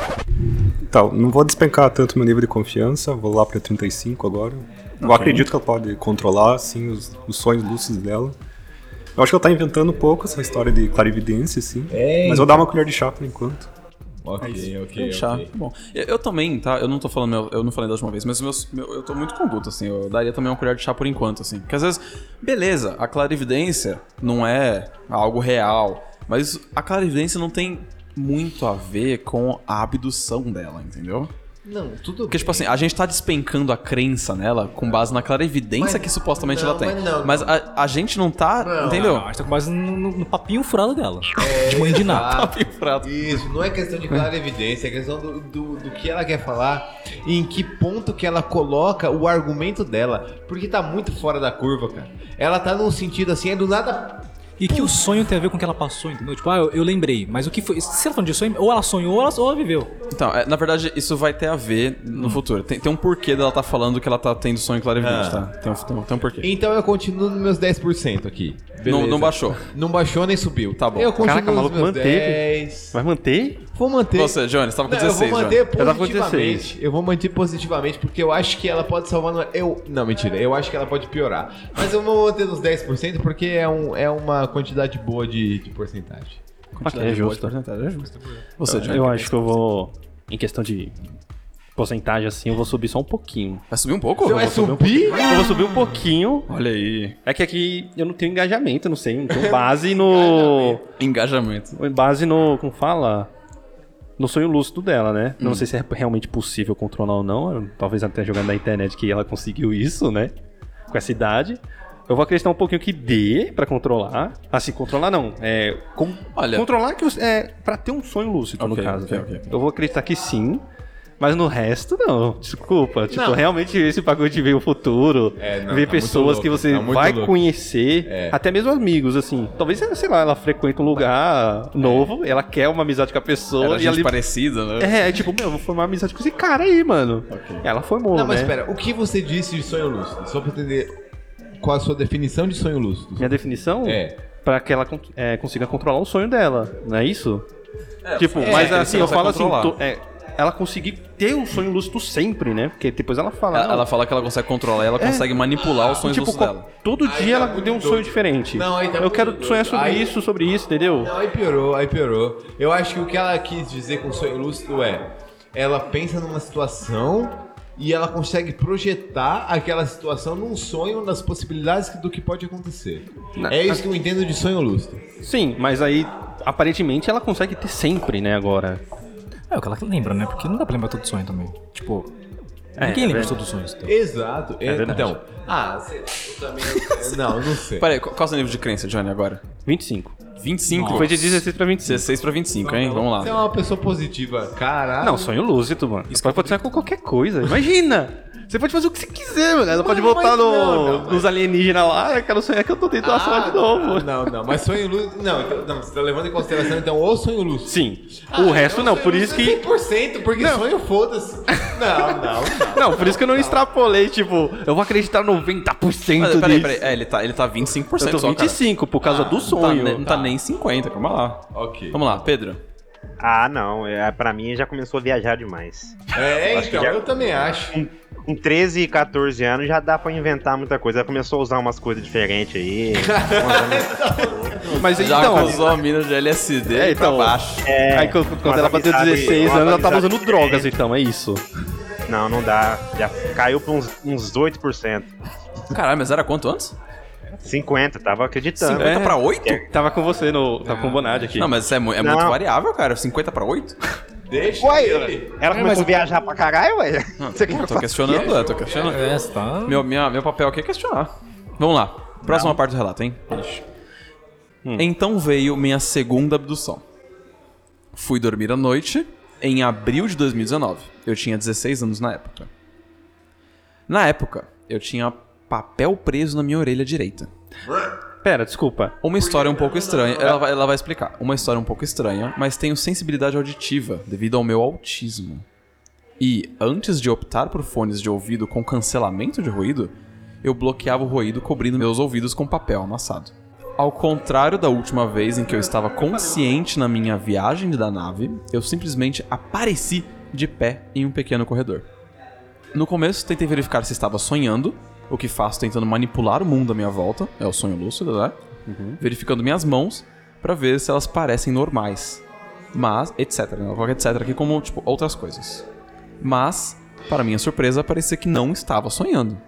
Então, não vou despencar tanto meu nível de confiança, vou lá pra trinta e cinco agora. Eu acredito que ela pode controlar, assim, os, os sonhos lúcidos dela. Eu acho que ela tá inventando um pouco essa história de clarividência, assim. É, Mas eu vou dar uma colher de chá por enquanto. Ok, ok, Chá. ok. Bom, eu, eu também, tá? Eu não tô falando, meu, eu não falei da última vez, mas meus, meu, eu tô muito com o Guto, assim. Eu daria também uma colher de chá por enquanto, assim. Porque às vezes, beleza, a clarividência não é algo real, mas a clarividência não tem muito a ver com a abdução dela, entendeu? Não, tudo Porque, tipo assim, a gente tá despencando a crença nela com base na clarividência Mas- que supostamente não, ela tem. mas não, mas não. a, a gente não tá, Não, entendeu? Não, a gente tá com base no, no- no papinho furado dela. de mãe de nada. Exato. Isso, não é questão de clara evidência, é questão do, do, do que ela quer falar e em que ponto que ela coloca o argumento dela. Porque tá muito fora da curva, cara. Ela tá num sentido assim, é do nada. E que o sonho tem a ver com o que ela passou, entendeu? Tipo, ah, eu, eu lembrei, mas o que foi? Se ela falando de sonho, ou ela sonhou ou ela, ou ela viveu. Então, é, na verdade, isso vai ter a ver no futuro. Tem, tem um porquê dela tá falando que ela tá tendo sonho clarividente, Ah. tá? Tem um, tem, um, tem um porquê. Então eu continuo nos meus dez por cento aqui. Não, Beleza. não baixou. Não baixou nem subiu. Tá bom. Eu continuo Caraca, o nos maluco meus manteve. dez. Vai manter? Vou manter. Você, Johnny, você tava com Não, dezesseis, eu vou já. manter tava com positivamente. dezesseis. Eu vou manter positivamente porque eu acho que ela pode salvar. No... Eu... Não, mentira. Eu acho que ela pode piorar. Mas eu vou manter nos dez por cento porque é, um, é uma quantidade boa de, de porcentagem. Quantidade Ok, é de boa de justo. porcentagem, é justo. Você, Johnny. Eu acho que eu vou, em questão de porcentagem, assim, eu vou subir só um pouquinho. Vai subir um pouco? Você vai Eu vou subir um subir? Eu vou subir um pouquinho. Olha aí. É que aqui eu não tenho engajamento, não sei, não tenho base no... Engajamento. base no, como fala? No sonho lúcido dela, né? Não sei se é realmente possível controlar ou não. Eu, talvez até jogando na internet que ela conseguiu isso, né? Com essa idade. Eu vou acreditar um pouquinho que dê pra controlar. Assim, controlar não. É, com- Olha- controlar que você- é pra ter um sonho lúcido, no Ok, caso. ok, né? ok. Eu vou acreditar que sim. Mas no resto, não. Desculpa. Tipo, Não. realmente esse bagulho de ver o futuro, É, não, ver tá pessoas muito que louco, você tá muito vai louco. conhecer, É. até mesmo amigos, assim. Talvez, sei lá, ela frequenta um lugar novo, ela quer uma amizade com a pessoa. Era e gente ali... parecida, né? É, é tipo, meu, eu vou formar amizade com esse cara aí, mano. Ela formou, Não, mas né? espera, o que você disse de sonho lúcido? Só pra entender qual a sua definição de sonho lúcido. Minha definição? É. Pra que ela con- é, consiga controlar o sonho dela, não é isso? tipo, é, mas é, assim, você eu consegue falo assim, controlar. to- é, ela conseguir ter o sonho lúcido sempre, né? Porque depois ela fala... Ela, não, ela fala que ela consegue controlar, ela É. consegue manipular os sonhos tipo, lúcidos qual- dela. todo Aí dia tá ela muito tem um doido. sonho diferente. Não, aí tá eu muito quero doido. sonhar sobre Aí- isso, sobre isso, entendeu? Não, aí piorou, aí piorou. Eu acho que o que ela quis dizer com sonho lúcido é... Ela pensa numa situação e ela consegue projetar aquela situação num sonho, nas possibilidades do que pode acontecer. Na- É isso que eu entendo de sonho lúcido. Sim, mas aí, aparentemente, ela consegue ter sempre, né, agora. É o que ela lembra, né? Porque não dá pra lembrar todo sonho também. Tipo, É, ninguém é lembra de verdade. todos os sonhos. Então. Exato. É verdade. Então, ah, sei lá, eu também não, não, eu não sei. Peraí, qual qual é o seu nível de crença, Johnny, agora? vinte e cinco. vinte e cinco? Foi de dezesseis pra vinte e cinco. dezesseis pra vinte e cinco, hein? Vamos Você é lá. uma pessoa positiva, caralho. Não, sonho lúcido, mano. Isso pode acontecer com qualquer coisa. Imagina! Você pode fazer o que você quiser, mano. Ela pode Mas- voltar mas no, não, não, mas- nos alienígenas lá. Eu quero sonhar que eu tô dentro da sala de novo. Não, não, mas sonho lúcido. Não, então, não, você tá levando em consideração então o sonho lúcido. Sim. Ah, o resto então não, sonho por isso lúcido é que. cem por cento, porque Não. sonho foda-se. Não, não, não. Não, por isso que eu não extrapolei, tipo, eu vou acreditar noventa por cento Mas, peraí, disso. peraí. É, ele tá, ele tá vinte e cinco por Eu cento tô só, vinte e cinco por causa do Não tá, sonho. ne- não tá nem cinquenta, calma lá. Ok. Vamos lá, Pedro. Ah, não. É, pra mim já começou a viajar demais. É, Acho que então, já- eu também acho. Com treze e quatorze anos já dá pra inventar muita coisa. Ela começou a usar umas coisas diferentes aí. Mas Já então. acusou a mina de L S D É, então. pra baixo. É, Aí quando, quando umas ela bateu amizades- dezesseis umas anos, ela tava amizades usando drogas, diferentes. então, é isso. Não, não dá. Já caiu pra uns, uns oito por cento. Caralho, mas era quanto antes? cinquenta, tava acreditando. cinquenta É. pra oito? Tava com você, no, tava com o Bonade aqui. Não, mas isso é, mu- é Não. muito variável, cara. cinquenta pra oito? Deixa Ué, ele. ela começou a viajar pra caralho, ué? Não, Você que eu tô fala? questionando, eu tô questionando. É, você tá... Meu, minha, meu papel aqui é questionar. Vamos lá. Próxima parte do relato, hein? Hum. Então veio minha segunda abdução. Fui dormir à noite em abril de dois mil e dezenove. Eu tinha dezesseis anos na época. Na época, eu tinha papel preso na minha orelha direita. Pera, desculpa. Uma história um pouco estranha. Ela vai, ela vai explicar. Uma história um pouco estranha, mas tenho sensibilidade auditiva devido ao meu autismo. E, antes de optar por fones de ouvido com cancelamento de ruído, eu bloqueava o ruído cobrindo meus ouvidos com papel amassado. Ao contrário da última vez em que eu estava consciente na minha viagem da nave, eu simplesmente apareci de pé em um pequeno corredor. No começo, tentei verificar se estava sonhando, o que faço tentando manipular o mundo à minha volta, é o sonho lúcido, né? Verificando minhas mãos pra ver se elas parecem normais. Mas, etc. Né? Coloca etc aqui como, tipo, outras coisas. Mas, para minha surpresa, parecia que não estava sonhando.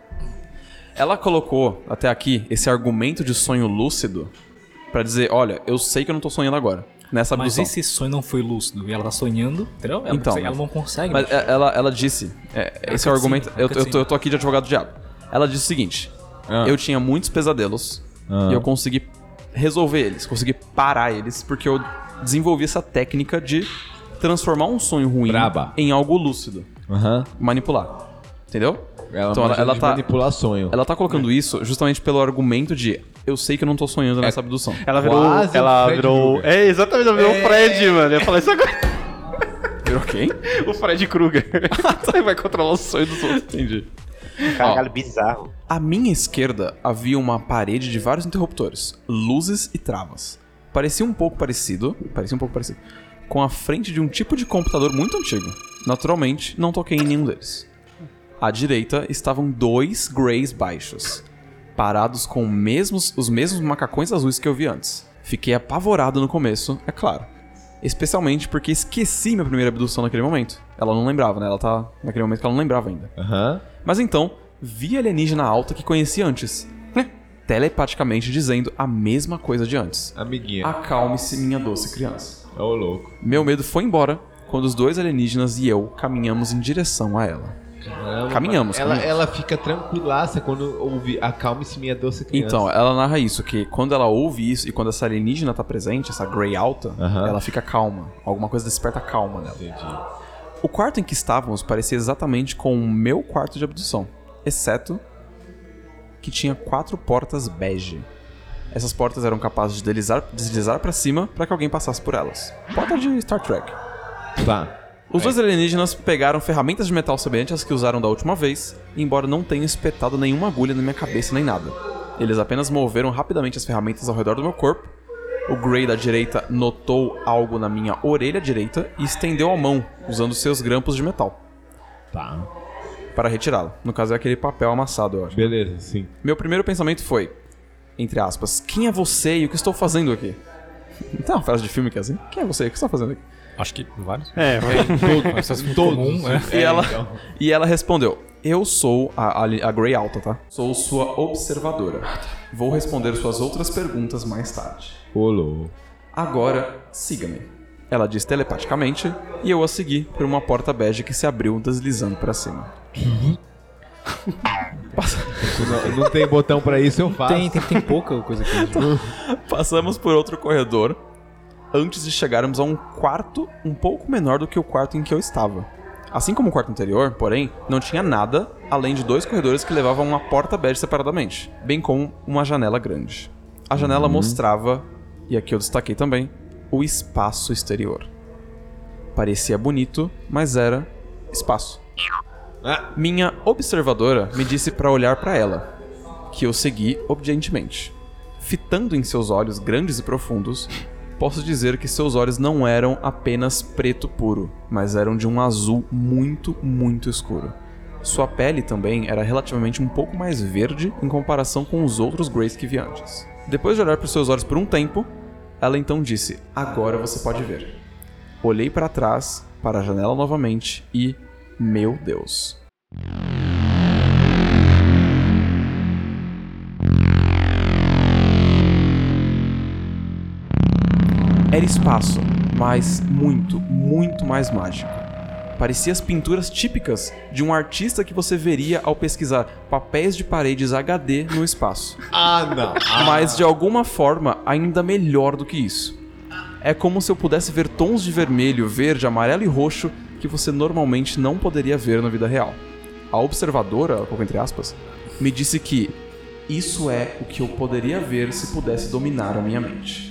Ela colocou, até aqui, esse argumento de sonho lúcido pra dizer, olha, eu sei que eu não tô sonhando agora, nessa Mas abdução. esse sonho não foi lúcido e ela tá sonhando, entendeu? Ela, Então, consegue- ela não consegue. Mas é, ela, ela disse, é, esse é o cutscene, argumento, é eu, eu, tô, cutscene. eu tô aqui de advogado do diabo. Ela disse o seguinte, Ah. eu tinha muitos pesadelos e eu consegui resolver eles, consegui parar eles, porque eu desenvolvi essa técnica de transformar um sonho ruim Braba. em algo lúcido, Aham. manipular, entendeu? Ela, Então ela, manja ela de tá, manipular sonho. ela tá colocando isso justamente pelo argumento de eu sei que eu não tô sonhando nessa abdução. Ela virou. Quase o Ela Fred virou. Krueger. É, exatamente, ela virou o É. Fred, mano. Eu ia falar isso agora. Virou quem? O Fred Krueger. Ele vai controlar o sonho dos outros. Entendi. Caralho, bizarro. À minha esquerda havia uma parede de vários interruptores, luzes e travas. Parecia um pouco parecido, parecia um pouco parecido, com a frente de um tipo de computador muito antigo. Naturalmente, não toquei em nenhum deles. À direita estavam dois Greys baixos, parados com mesmos, os mesmos macacões azuis que eu vi antes. Fiquei apavorado no começo, é claro. Especialmente porque esqueci minha primeira abdução naquele momento. Ela não lembrava, né? Ela tá naquele momento que ela não lembrava ainda. Aham. Mas então, vi a alienígena alta que conheci antes. Telepaticamente dizendo a mesma coisa de antes. Amiguinha. Acalme-se, minha doce criança. Ô, louco. Meu medo foi embora quando os dois alienígenas e eu caminhamos em direção a ela. Caramba, Caminhamos, Ela, caminhamos. ela fica tranquilaça quando ouve acalme-se minha doce criança. Então, ela narra isso, que quando ela ouve isso e quando essa alienígena tá presente, essa Grey alta, Aham. ela fica calma. Alguma coisa desperta calma nela. Entendi. O quarto em que estávamos parecia exatamente com o meu quarto de abdução, exceto que tinha quatro portas bege. Essas portas eram capazes de deslizar, deslizar para cima para que alguém passasse por elas. Porta de Star Trek. Tá. Os dois alienígenas pegaram ferramentas de metal semelhantes às que usaram da última vez, embora não tenham espetado nenhuma agulha na minha cabeça nem nada. Eles apenas moveram rapidamente as ferramentas ao redor do meu corpo. O Grey da direita notou algo na minha orelha direita e estendeu a mão, usando seus grampos de metal. Tá. Para retirá-lo. No caso é aquele papel amassado, eu acho. Beleza, sim. Meu primeiro pensamento foi, entre aspas, quem é você e o que estou fazendo aqui? Não tem uma frase de filme que é assim? Quem é você e o que você está fazendo aqui? Acho que vários. É, todos. Comum, é. E, É, ela, então. e ela respondeu, eu sou a, a, a Grey alta, tá? Sou sua observadora. Vou responder suas outras perguntas mais tarde. Olô. Agora, siga-me. Ela disse telepaticamente e eu a segui por uma porta bege que se abriu deslizando para cima. Não, não tem botão pra isso, eu faço. Tem, tem, tem pouca coisa aqui. Passamos por outro corredor antes de chegarmos a um quarto um pouco menor do que o quarto em que eu estava. Assim como o quarto anterior, porém, não tinha nada além de dois corredores que levavam a uma porta bege separadamente, bem como uma janela grande. A janela Uhum. mostrava, e aqui eu destaquei também, o espaço exterior. Parecia bonito, mas era espaço. Ah. Minha observadora me disse para olhar para ela, que eu segui obedientemente. Fitando em seus olhos grandes e profundos, posso dizer que seus olhos não eram apenas preto puro, mas eram de um azul muito, muito escuro. Sua pele também era relativamente um pouco mais verde em comparação com os outros Greys que vi antes. Depois de olhar para seus olhos por um tempo, ela então disse, agora você pode ver. Olhei para trás, para a janela novamente e... meu Deus. Era espaço, mas muito, muito mais mágico. Parecia as pinturas típicas de um artista que você veria ao pesquisar papéis de paredes H D no espaço. Ah, não. Ah. Mas de alguma forma ainda melhor do que isso. É como se eu pudesse ver tons de vermelho, verde, amarelo e roxo que você normalmente não poderia ver na vida real. A observadora, pouco entre aspas, me disse que isso é o que eu poderia ver se pudesse dominar a minha mente.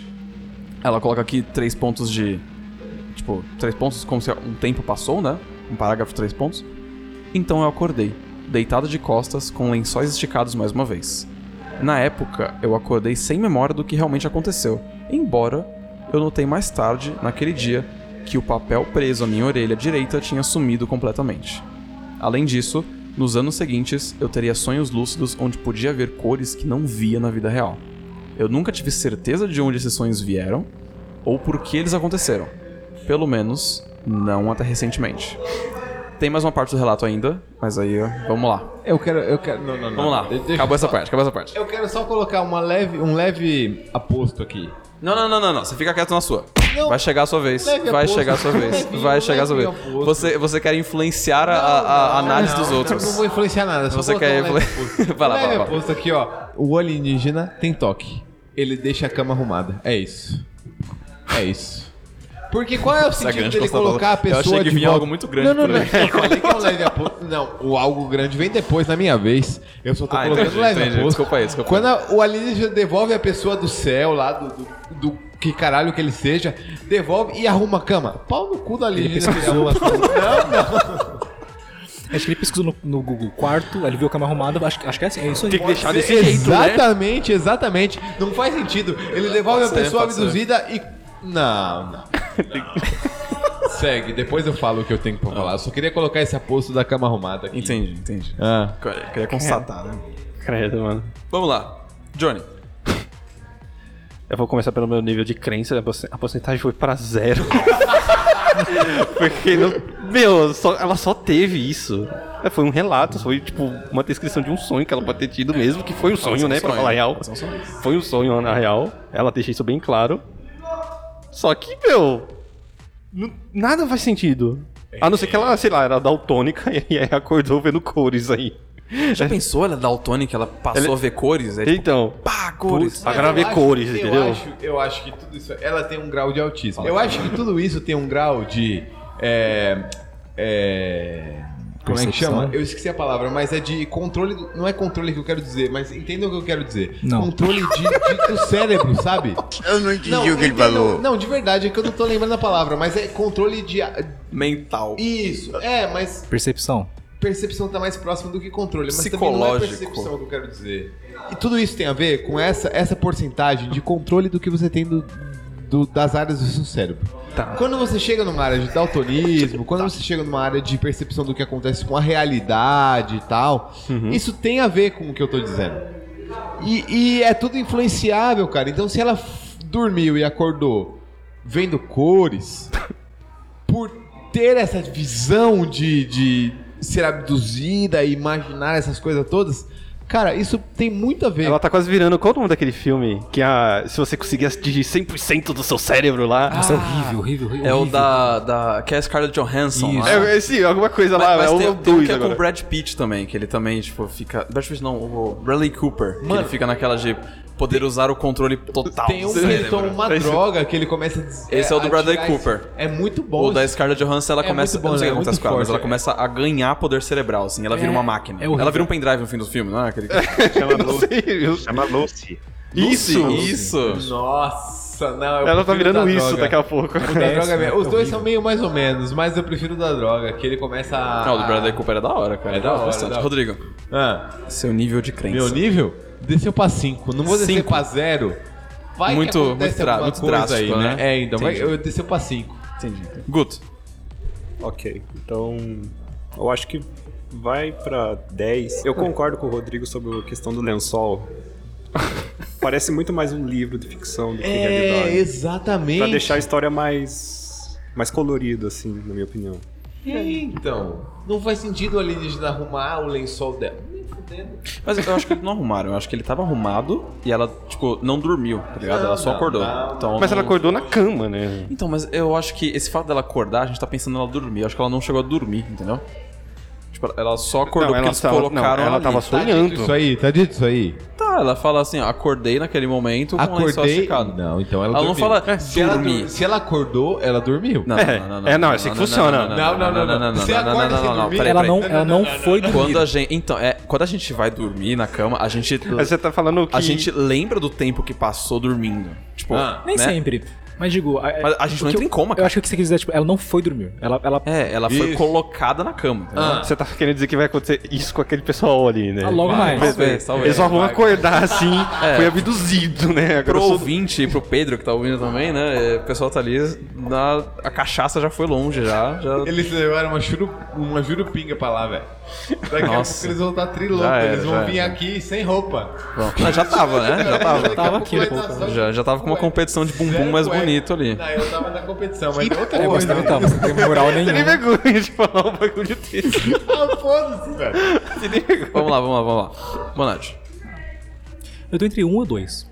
Ela coloca aqui três pontos de... Tipo, três pontos como se um tempo passou, né? Um parágrafo de três pontos. Então eu acordei, deitado de costas, com lençóis esticados mais uma vez. Na época, eu acordei sem memória do que realmente aconteceu. Embora eu notei mais tarde, naquele dia, que o papel preso à minha orelha direita tinha sumido completamente. Além disso, nos anos seguintes, eu teria sonhos lúcidos onde podia ver cores que não via na vida real. Eu nunca tive certeza de onde esses sonhos vieram, ou por que eles aconteceram. Pelo menos, não até recentemente. Tem mais uma parte do relato ainda, mas aí, vamos lá. Eu quero... Eu quero não, não, não. Vamos lá, Deixa acabou essa só- parte, acabou essa parte. Eu quero só colocar uma leve, um leve aposto aqui. Não, não, não, não, não. Você fica quieto na sua. Não. Vai chegar a sua vez. Leve Vai aposto. chegar a sua vez. Levinho, Vai chegar a sua vez. leve aposto. Você, você quer influenciar a, a- a análise não, dos outros. Eu não vou influenciar nada. Só Você colocar quer um leve influ- aposto. Vai lá, Um leve vai lá. aposto aqui, ó. O alienígena tem toque. Ele deixa a cama arrumada. É isso. É isso. Porque qual é o Essa sentido grande dele constatação. colocar a pessoa Eu achei que de vinha volta? algo muito grande Não, não, por não. aí. Eu falei que é um leve aposto. Não, o algo grande vem depois, na minha vez. Eu só tô Ah, colocando entendi, leve entendi. aposto. Desculpa aí, desculpa Quando a- o alienígena devolve a pessoa do céu lá, do, do, do que caralho que ele seja, devolve e arruma a cama. Pau no cu do alienígena que ele arruma a cama. Não, não. Acho que ele pesquisou no, no Google quarto, aí ele viu a cama arrumada, acho, que- acho que é assim, é isso aí. Tem que deixar desse jeito, né? Exatamente, exatamente. Não faz sentido. Ele devolve a Pode ser, pessoa pode ser. abduzida e. Não, não. Segue, depois eu falo o que eu tenho pra falar. Eu só queria colocar esse aposto da cama arrumada aqui. Entendi, entendi. Ah. Queria- Queria constatar, né? Credo, mano. Vamos lá. Johnny. Eu vou começar pelo meu nível de crença. A porce- a porcentagem foi pra zero. Porque, não, meu, só- ela só teve isso. É, foi um relato, foi tipo uma descrição de um sonho que ela pode ter tido mesmo, que foi um sonho, né, pra falar a real. Foi um sonho na real. Ela deixa isso bem claro. Só que, meu, não- nada faz sentido. A não ser que ela, sei lá, era daltônica e aí acordou vendo cores aí. Já pensou ela daltônica, ela passou Ele- a ver cores? É tipo, Então, pá, cores. agora ela vê Eu acho- cores, eu entendeu? Acho, eu acho que tudo isso. Ela tem um grau de autismo. Eu acho que tudo isso tem um grau de. É, É... Como é que chama? Eu esqueci a palavra, mas é de controle. do- Não é controle que eu quero dizer, mas entendam o que eu quero dizer. Não. Controle de, de- do cérebro, sabe? Eu não entendi Não, o que ele entendam- falou. Não, de verdade, é que eu não tô lembrando a palavra, mas é controle de. Mental. Isso, é, mas Percepção. percepção tá mais próximo do que controle, mas também não é Psicológico. percepção que eu quero dizer. E tudo isso tem a ver com essa, essa porcentagem de controle do que você tem do, do- das áreas do seu cérebro. Quando você chega numa área de daltonismo, quando você chega numa área de percepção do que acontece com a realidade e tal, isso tem a ver com o que eu tô dizendo. E, e é tudo influenciável, cara. Então se ela f- dormiu e acordou vendo cores, por ter essa visão de, de ser abduzida e imaginar essas coisas todas, cara, isso tem muito a ver. Ela tá quase virando. Qual é o nome daquele filme? Que a, se você conseguir atingir cem por cento do seu cérebro lá. Nossa, é horrível, horrível, horrível. É o da, da... Que é a Scarlett Johansson. Isso. lá. É, é, sim, alguma coisa Mas, lá. mas é tem, o tem um dois que é com agora. o Brad Pitt também, que ele também, tipo, fica... Brad Pitt não, o Bradley Cooper. Que Mano. ele fica naquela de poder usar o controle total Tem um do que ele cérebro. toma uma droga que ele começa a des- Esse é o do a Bradley tirar Cooper. esse- É muito bom. O da esse- Scarlett Johansson, ela É começa... muito bom, eu não sei o né? que acontece Muito com ela, mas forte, ela é. começa a ganhar poder cerebral, assim. Ela vira É, uma máquina. é horrível. Ela vira um pendrive no fim do filme, não é? Aquele... Chama Não Lucy. sei, viu? Chama Lucy. Isso, isso. Nossa, não. eu Ela tá prefiro virando da isso droga. daqui a pouco. O da droga mesmo. Os dois são meio mais ou menos, mas eu prefiro o da droga, que ele começa a. Não, o do Bradley Cooper é da hora, cara. É da hora, Bastante. é da hora. Rodrigo, Ah, seu nível de crença. meu nível desceu pra cinco. Não vou descer Cinco. pra zero. Vai Muito- que acontece muito dra- alguma muito coisa drástico, aí, né? né? É, então vai, Entendi. eu desceu pra cinco. Entendi. Guto. Ok, então eu acho que vai pra dez. Eu concordo com o Rodrigo sobre a questão do lençol. Parece muito mais um livro de ficção do que É, realidade. exatamente. Pra deixar a história mais, mais colorida, assim, na minha opinião. Então, não faz sentido o alienígena arrumar o lençol dela. Nem fudendo. Mas eu acho que eles não arrumaram. Eu acho que ele tava arrumado e ela, tipo, não dormiu, tá ligado? Não, ela só não, acordou. não. Então, Mas ela não- acordou na cama, né? Então, mas eu acho que esse fato dela acordar, a gente tá pensando nela dormir. Eu acho que ela não chegou a dormir, entendeu? Tipo, ela só acordou Não, porque ela eles tava- colocaram não, ela ali. tava Tá sonhando. dito isso aí, tá dito isso aí. Tá, ela fala assim, ó, acordei naquele momento com o lençol Acordei. esticado. Não, então ela Ela não dormiu. fala se ela, dormir. dur- se ela acordou, ela dormiu. Não, É, não, não, não. é, não, é assim que funciona. Não, não, não, não. Você não, não, acorda não, sem não, não, dormir? peraí, Ela peraí. não, ela não foi dormir. Quando a gente, então, é, quando a gente vai dormir na cama, a gente Mas você tá falando que... a gente lembra do tempo que passou dormindo. Tipo, Ah, Nem né? sempre. Mas digo... Mas a gente não o que entra eu- em coma, Eu cara. acho que o que você quer dizer é, tipo, ela não foi dormir. Ela... ela É, ela foi Isso. colocada na cama. entendeu? Ah. Você tá querendo dizer que vai acontecer isso com aquele pessoal ali, né? Ah, logo mais. Talvez, talvez. Eles só vão vai. acordar assim, É. foi abduzido, né? Agora Pro eu sou- ouvinte e pro Pedro que tá ouvindo também, né? O pessoal tá ali, na, a cachaça já foi longe, já. já... Eles levaram uma, churu, uma jurupinga pra lá, velho. Daqui a pouco Nossa. eles vão estar triloucos. Já era, Eles vão já vir era. aqui sem roupa. Bom, mas já tava, né? Já tava. Daqui a Tava pouco aqui, vai pô. estar só- Já, já tava com uma competição de bumbum Zero mais cueca. bonito ali. Não, eu tava na competição, mas é outra É, você coisa. não tá, você não tem moral Você nem nenhuma. vergonha de falar um bagulho desse. Ah, foda-se, velho. Vamos lá, vamos lá, vamos lá. Boa noite. Eu tô entre um ou dois.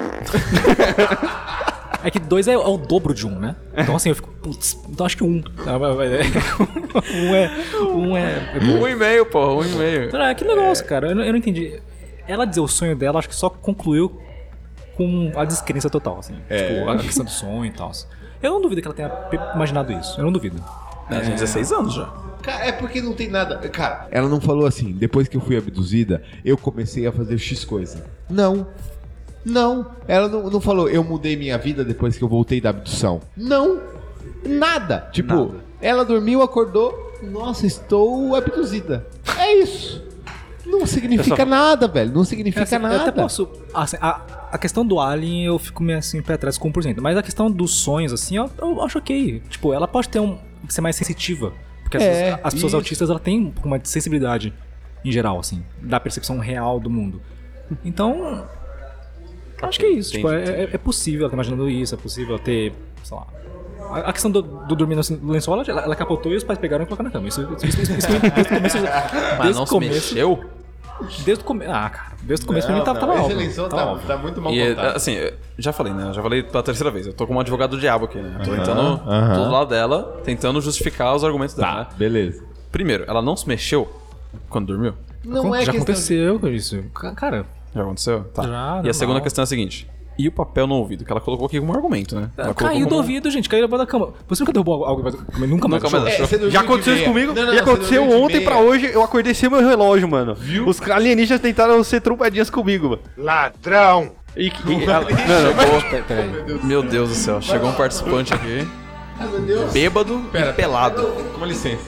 É que dois é, é o dobro de um, né? Então assim, eu fico, putz, então acho que um. um é. Um é. é bom. Um e meio, porra, um e meio. Ah, que negócio, cara. Eu não, eu não entendi. Ela dizer o sonho dela, acho que só concluiu com a descrença total, assim. Tipo, a questão do sonho e tal. Eu não duvido que ela tenha pe- imaginado isso. Eu não duvido. Ela tem dezesseis anos já. Cara, é porque não tem nada. Cara, ela não falou assim, depois que eu fui abduzida, eu comecei a fazer X coisa. Não. Não. Ela não, não falou, eu mudei minha vida depois que eu voltei da abdução. Não. Nada. Tipo, Nada. ela dormiu, acordou, nossa, estou abduzida. É isso. Não significa nada, velho. Não significa Assim, nada. Eu até posso. Assim, a, a questão do Alien eu fico meio assim pé atrás com um por cento. Mas a questão dos sonhos, assim, eu, eu acho ok. Tipo, ela pode ter um. ser mais sensitiva. Porque as, É, as pessoas isso. autistas ela têm uma sensibilidade em geral, assim, da percepção real do mundo. Então. Acho que é isso. Tipo, é, é- é possível ela ter imaginando isso, é possível ter. Sei lá. A a questão do, do dormir no lençol, ela, ela capotou e os pais pegaram e colocaram na cama. Isso, isso, isso, isso, isso desde o começo. Mas Desde não o se começo. mexeu? Desde o começo. Ah, cara. Desde o começo pra Não, mim tava, não, tava esse óbvio. lençol Tava tá, óbvio. tá muito mal E, contado. assim, eu já falei, né? Eu já falei pela terceira vez. Eu tô como um advogado do diabo aqui, né? Eu tô tentando, aham. tô do lado dela, tentando justificar os argumentos dela, né? Tá, beleza. Primeiro, ela não se mexeu quando dormiu? Não é Já questão aconteceu com isso. Ca- Cara, Já aconteceu? Tá. Já, e a normal. segunda questão é a seguinte. e o papel no ouvido, que ela colocou aqui como argumento, né? Ela Caiu do como... ouvido, gente, caiu debaixo da cama. Você nunca derrubou algo debaixo da cama? Nunca mais. Nunca mais achou? achou. É, você dormiu Já de aconteceu isso meia. comigo Não, não, e não, aconteceu você dormiu de ontem meia. pra hoje, eu acordei sem meu relógio, mano. Viu? Os alienígenas tentaram ser trombadinhas comigo, mano. Ladrão! E, e, ela, não, Chegou, peraí. Meu Deus do céu, chegou um participante aqui, bêbado Pera, e pelado. Com licença.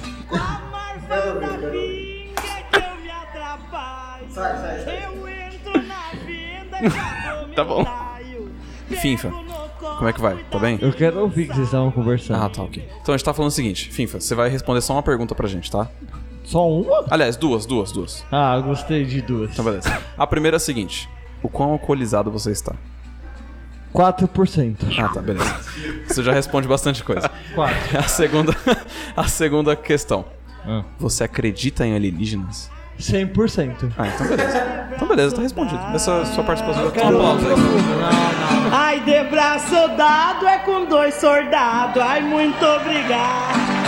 tá bom. Finfa, como é que vai? Tá bem? Eu quero ouvir que vocês estavam conversando. Ah, tá, ok. Então a gente tá falando o seguinte, Finfa, você vai responder só uma pergunta pra gente, tá? Só uma? Aliás, duas, duas, duas. Ah, gostei de duas. Então beleza. A primeira é a seguinte, o quão alcoolizado você está? quatro por cento. Ah, tá, beleza. Você já responde bastante coisa. quatro. A segunda, a segunda questão. Ah. Você acredita em alienígenas? cem por cento. Ah, então beleza. Então beleza, tá respondido. Essa sua participação já tá uma palavra aí. Ai, de braço dado é com dois soldados. Ai, muito obrigado.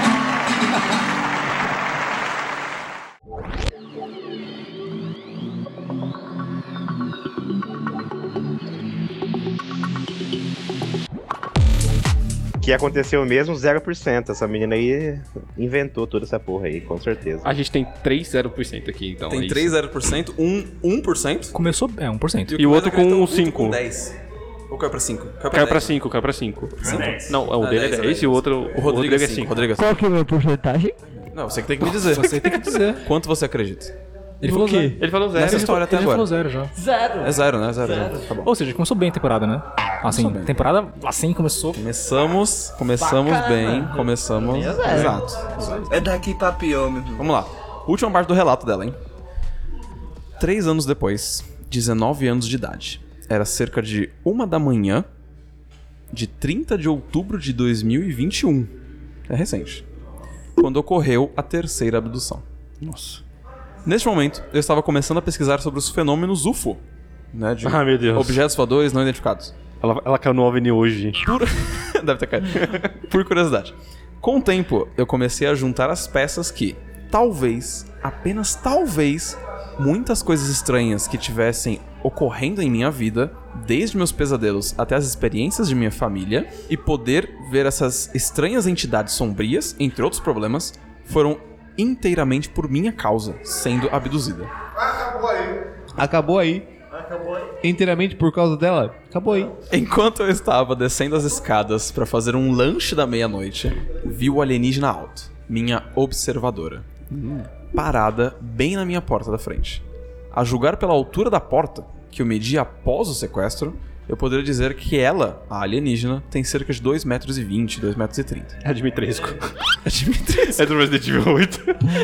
Que aconteceu mesmo, zero por cento. Essa menina aí inventou toda essa porra aí, com certeza. A gente tem três zero por cento aqui, então. Tem é três zero por cento, um um por cento. Começou, é, um por cento. E o outro com um cinco. cinco. Com dez. Ou caiu pra cinco? Caiu pra cinco, caiu pra cinco. cinco? Não, o dele é dez e o outro O Rodrigo é cinco. Rodrigo é Qual que é a minha porcentagem? Não, você que tem que me dizer. Você tem que dizer. Quanto você acredita? Ele falou zero. Ele falou zero. Nessa história até Ele agora. falou zero já. Zero. É zero, né? Zero, zero. Tá bom. Ou seja, começou bem a temporada, né? Assim, bem. temporada assim começou. Começamos, começamos Bacana. bem, começamos... zero. Exato. É daqui pra pior, meu. Vamos lá. Última parte do relato dela, hein? Três anos depois, dezenove anos de idade. Era cerca de uma da manhã de trinta de outubro de dois mil e vinte e um. É recente. Quando ocorreu a terceira abdução. Nossa. Neste momento, eu estava começando a pesquisar sobre os fenômenos U F O, né, de Ah, meu Deus. objetos voadores não identificados. Ela, ela caiu no OVNI hoje. Por... Deve ter caído. Por curiosidade. Com o tempo, eu comecei a juntar as peças que, talvez, apenas talvez, muitas coisas estranhas que tivessem ocorrendo em minha vida, desde meus pesadelos até as experiências de minha família, e poder ver essas estranhas entidades sombrias, entre outros problemas, foram inteiramente por minha causa, sendo abduzida. Acabou aí. Acabou aí. Acabou aí. Inteiramente por causa dela? Acabou aí. Enquanto eu estava descendo as escadas para fazer um lanche da meia-noite, vi o alienígena alto, minha observadora, parada bem na minha porta da frente. A julgar pela altura da porta, que eu medi após o sequestro, eu poderia dizer que ela, a alienígena, tem cerca de dois metros e vinte, dois metros e trinta. É Dimitrescu. É Dimitrescu. É do Resident Evil oito.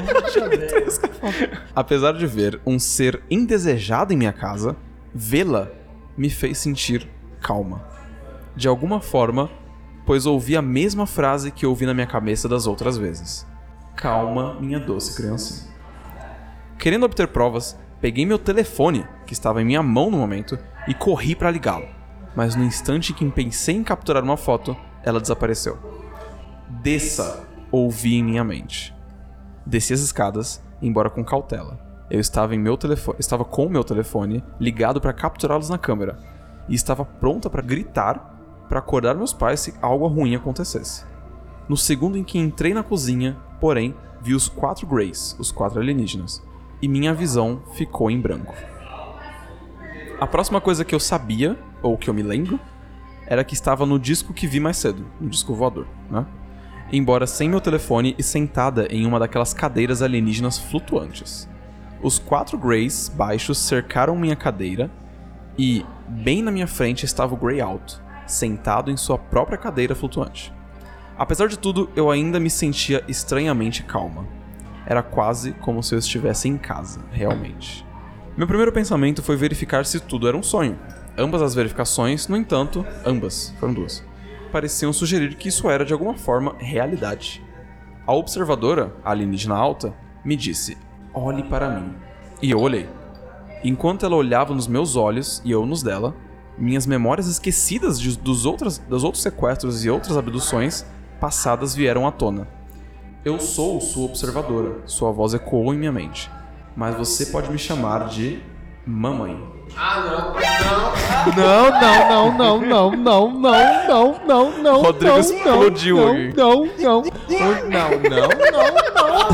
Apesar de ver um ser indesejado em minha casa, vê-la me fez sentir calma. De alguma forma, pois ouvi a mesma frase que ouvi na minha cabeça das outras vezes. Calma, minha doce criancinha. Querendo obter provas, peguei meu telefone, que estava em minha mão no momento, e corri para ligá-lo. Mas no instante em que pensei em capturar uma foto, ela desapareceu. Desça, ouvi em minha mente. Desci as escadas, embora com cautela. Eu estava, em meu telefone, estava com o meu telefone ligado para capturá-los na câmera, e estava pronta para gritar para acordar meus pais se algo ruim acontecesse. No segundo em que entrei na cozinha, porém, vi os quatro Greys, os quatro alienígenas, e minha visão ficou em branco. A próxima coisa que eu sabia, ou que eu me lembro, era que estava no disco que vi mais cedo, no disco voador, né? Embora sem meu telefone e sentada em uma daquelas cadeiras alienígenas flutuantes. Os quatro Greys baixos cercaram minha cadeira e, bem na minha frente, estava o Grey alto, sentado em sua própria cadeira flutuante. Apesar de tudo, eu ainda me sentia estranhamente calma. Era quase como se eu estivesse em casa, realmente. Meu primeiro pensamento foi verificar se tudo era um sonho. Ambas as verificações, no entanto, ambas, foram duas, pareciam sugerir que isso era de alguma forma realidade. A observadora, a alienígena alta, me disse: olhe para mim. E eu olhei. Enquanto ela olhava nos meus olhos e eu nos dela, minhas memórias esquecidas de, dos, outros, dos outros sequestros e outras abduções passadas vieram à tona. Eu sou sua observadora, sua voz ecoou em minha mente. Mas você pode me chamar de mamãe. Ah, não. Não, não, não, não, não, não, não, não, não. Rodrigo não, explodiu não, aqui. Não, não, não, não, não,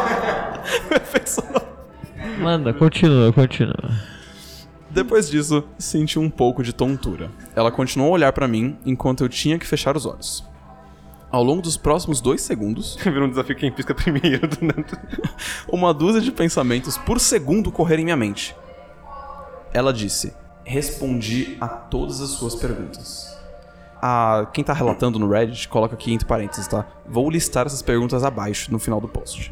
não. Manda, continua, continua. Depois disso, senti um pouco de tontura. Ela continuou a olhar pra mim enquanto eu tinha que fechar os olhos. Ao longo dos próximos dois segundos... Virou um desafio quem pisca primeiro. uma dúzia de pensamentos por segundo correram em minha mente. Ela disse: respondi a todas as suas perguntas. Ah, quem tá relatando no Reddit, coloca aqui entre parênteses, tá? Vou listar essas perguntas abaixo, no final do post.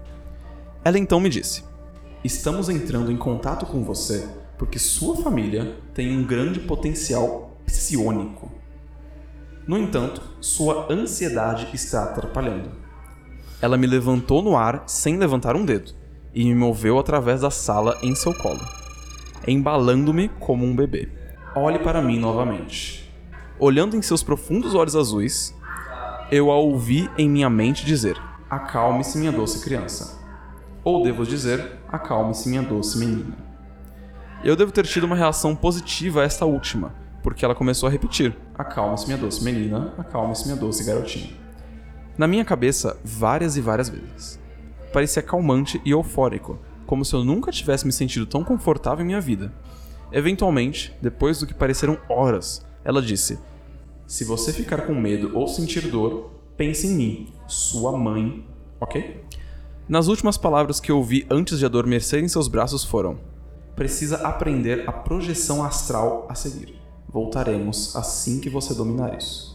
Ela então me disse: estamos entrando em contato com você porque sua família tem um grande potencial psiônico. No entanto, sua ansiedade está atrapalhando. Ela me levantou no ar sem levantar um dedo e me moveu através da sala em seu colo, embalando-me como um bebê. Olhe para mim novamente. Olhando em seus profundos olhos azuis, eu a ouvi em minha mente dizer: acalme-se, minha doce criança. Ou devo dizer: acalme-se, minha doce menina. Eu devo ter tido uma reação positiva a esta última, porque ela começou a repetir: acalme-se, minha doce menina, acalme-se, minha doce garotinha. Na minha cabeça, várias e várias vezes. Parecia calmante e eufórico, como se eu nunca tivesse me sentido tão confortável em minha vida. Eventualmente, depois do que pareceram horas, ela disse: se você ficar com medo ou sentir dor, pense em mim, sua mãe, ok? Nas últimas palavras que eu ouvi antes de adormecer em seus braços foram: precisa aprender a projeção astral a seguir. Voltaremos assim que você dominar isso.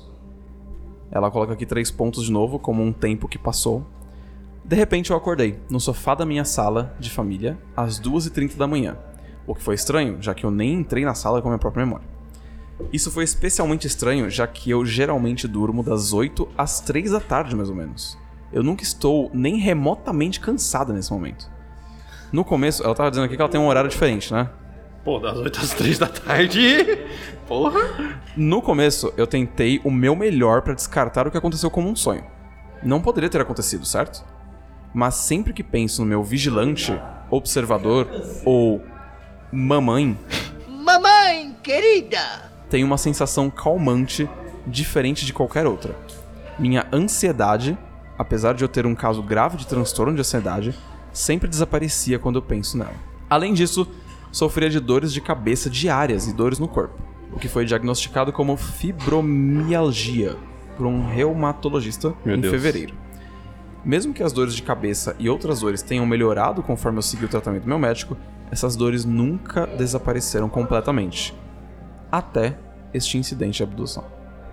Ela coloca aqui três pontos de novo, como um tempo que passou. De repente eu acordei, no sofá da minha sala de família, às duas e trinta da manhã. O que foi estranho, já que eu nem entrei na sala com a minha própria memória. Isso foi especialmente estranho, já que eu geralmente durmo das oito às três da tarde, mais ou menos. Eu nunca estou nem remotamente cansada nesse momento. No começo, ela tava dizendo aqui que ela tem um horário diferente, né? Pô, das oito às três da tarde. Porra. No começo, eu tentei o meu melhor pra descartar o que aconteceu como um sonho. Não poderia ter acontecido, certo? Mas sempre que penso no meu vigilante, observador ou mamãe... Mamãe, querida! Tenho uma sensação calmante diferente de qualquer outra. Minha ansiedade, apesar de eu ter um caso grave de transtorno de ansiedade, sempre desaparecia quando eu penso nela. Além disso, sofria de dores de cabeça diárias e dores no corpo, o que foi diagnosticado como fibromialgia por um reumatologista Meu em Deus. fevereiro. Mesmo que as dores de cabeça e outras dores tenham melhorado conforme eu segui o tratamento do meu médico, essas dores nunca desapareceram completamente. Até este incidente de abdução.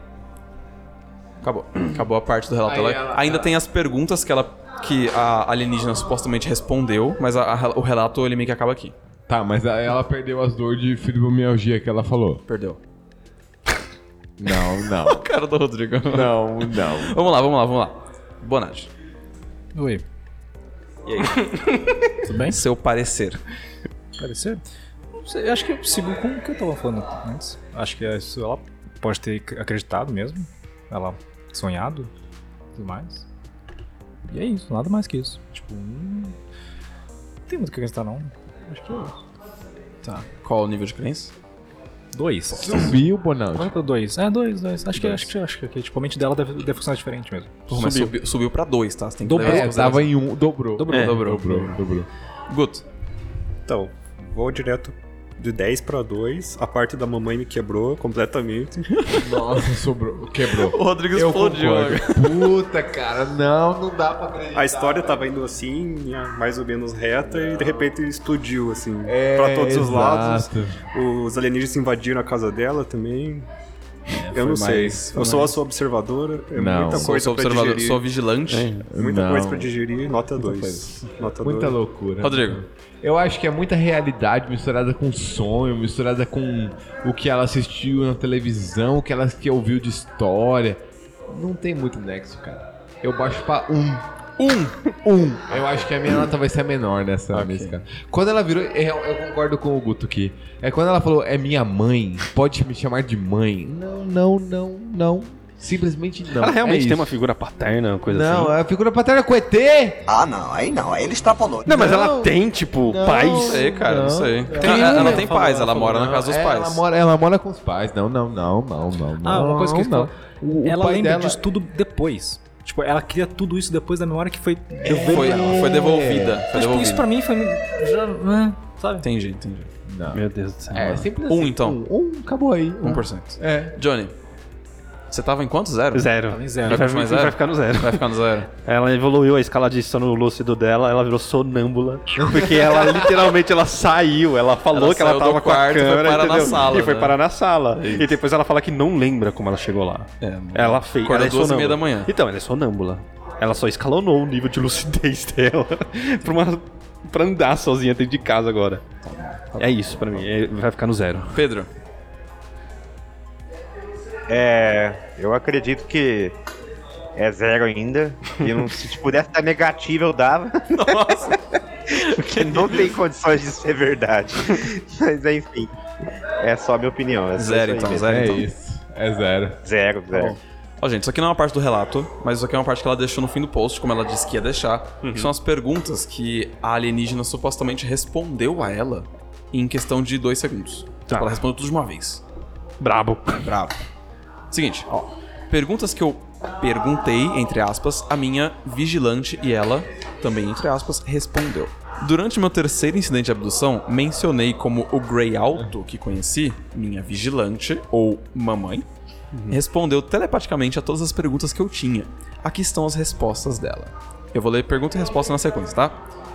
Acabou. Acabou a parte do relato. Aí Ela ela- ainda ela- tem as perguntas que, ela, que a alienígena supostamente respondeu, mas a- a- o relato ele meio que acaba aqui. Tá, mas aí ela perdeu as dores de fibromialgia que ela falou. Perdeu. Não, não. O cara do Rodrigo. Não, não. Vamos lá, vamos lá, vamos lá. Bonatti. Oi. E aí? Tudo bem? Seu parecer. Parecer? Não sei, acho que eu sigo com o que eu tava falando antes. Acho que isso ela pode ter acreditado mesmo. Ela sonhado e tudo mais. E é isso, nada mais que isso. Tipo, hum, não tem muito o que acreditar não. Acho que é isso. Tá. Qual o nível de crença? Dois. Subiu, Bonaldi. Vai pra dois. É, dois, dois. Acho que, acho que, acho que tipo, a mente dela deve, deve funcionar diferente mesmo. Porra, mas subiu, subiu pra dois, tá? Você tem que Dobrou. levar em É, consideração. tava em um, dobrou. Dobrou. É, dobrou. Dobrou, dobrou. Guto. Então, vou direto de dez pra dois. A parte da mamãe me quebrou completamente. Nossa, sobrou. Quebrou. O Rodrigo Eu explodiu. concordo. Puta, cara, não, não dá pra acreditar. A história tava indo assim, linha mais ou menos reta, e de repente explodiu, assim, É, pra todos os exato. lados. Os alienígenas invadiram a casa dela também. Eu não sei. mais- foi Eu sou a mais- sua observadora, é Não. muita Sou, coisa sou pra observador, digerir. sou vigilante. Muita Não. coisa pra digerir, nota dois. Nota Muita dois. loucura. Rodrigo. Eu acho que é muita realidade misturada com sonho, misturada com o que ela assistiu na televisão, o que ela que ouviu de história. Não tem muito nexo, cara. Eu baixo pra um. Um! Um! Eu acho que a minha nota vai ser a menor nessa, Ok. nesse cara. Quando ela virou. Eu, eu concordo com o Guto aqui. É quando ela falou, é minha mãe, pode me chamar de mãe. Não, não, não, não. Simplesmente não. Ela realmente é tem uma figura paterna, uma coisa não, assim? Não, a figura paterna com E T? Ah, não, aí não, aí ele extrapolou. Não, mas não, ela tem, tipo, não, pais. Não sei, cara, não, não sei. Tem, ela, ela tem falou, pais, ela, ela mora não, na casa dos é, pais. Ela mora, ela mora com os pais. Não, não, não, não, não. Ah, uma coisa que eu não. O, ela pai lembra dela... disso tudo depois. Tipo, ela cria tudo isso depois da memória que foi é, foi, foi devolvida. Foi mas, devolvida. Isso pra mim foi. Já, sabe? Entendi, entendi. Não. Meu Deus do céu. É, sempre assim. Um, então. Um, um acabou aí. Um por cento. É. Johnny, você tava em quanto? Zero? Zero. Tava em zero. Vai, Vai, vai, zero? vai ficar no zero. Vai ficar no zero. Ela evoluiu a escala de sono lúcido dela, ela virou sonâmbula. Porque ela literalmente ela saiu. Ela falou ela que ela tava com a câmera, foi parar entendeu? na sala, e foi né? parar na sala. Isso. E depois ela fala que não lembra como ela chegou lá. É, ela fez. Acordou ela é duas e meia sonâmbula. da manhã. Então, ela é sonâmbula. Ela só escalonou o nível de lucidez dela pra, uma, pra andar sozinha dentro de casa agora. É isso pra mim. É, vai ficar no zero. Pedro. É. Eu acredito que é zero ainda. E não, se pudesse dar negativo, eu dava. Nossa! Porque não tem condições de ser verdade. Mas enfim. É só a minha opinião. É zero, então, mesmo. zero, É então. isso. É zero. Zero, zero. Ó, gente, isso aqui não é uma parte do relato, mas isso aqui é uma parte que ela deixou no fim do post, como ela disse que ia deixar. Uhum. Que são as perguntas que a alienígena supostamente respondeu a ela em questão de dois segundos. Tá. Tipo, ela respondeu tudo de uma vez. Brabo. Brabo. Seguinte, ó. Perguntas que eu perguntei, entre aspas, a minha vigilante e ela, também entre aspas, respondeu. Durante meu terceiro incidente de abdução, mencionei como o Grey Alto que conheci, minha vigilante, ou mamãe, uhum. respondeu telepaticamente a todas as perguntas que eu tinha. Aqui estão as respostas dela. Eu vou ler pergunta e resposta na sequência, tá?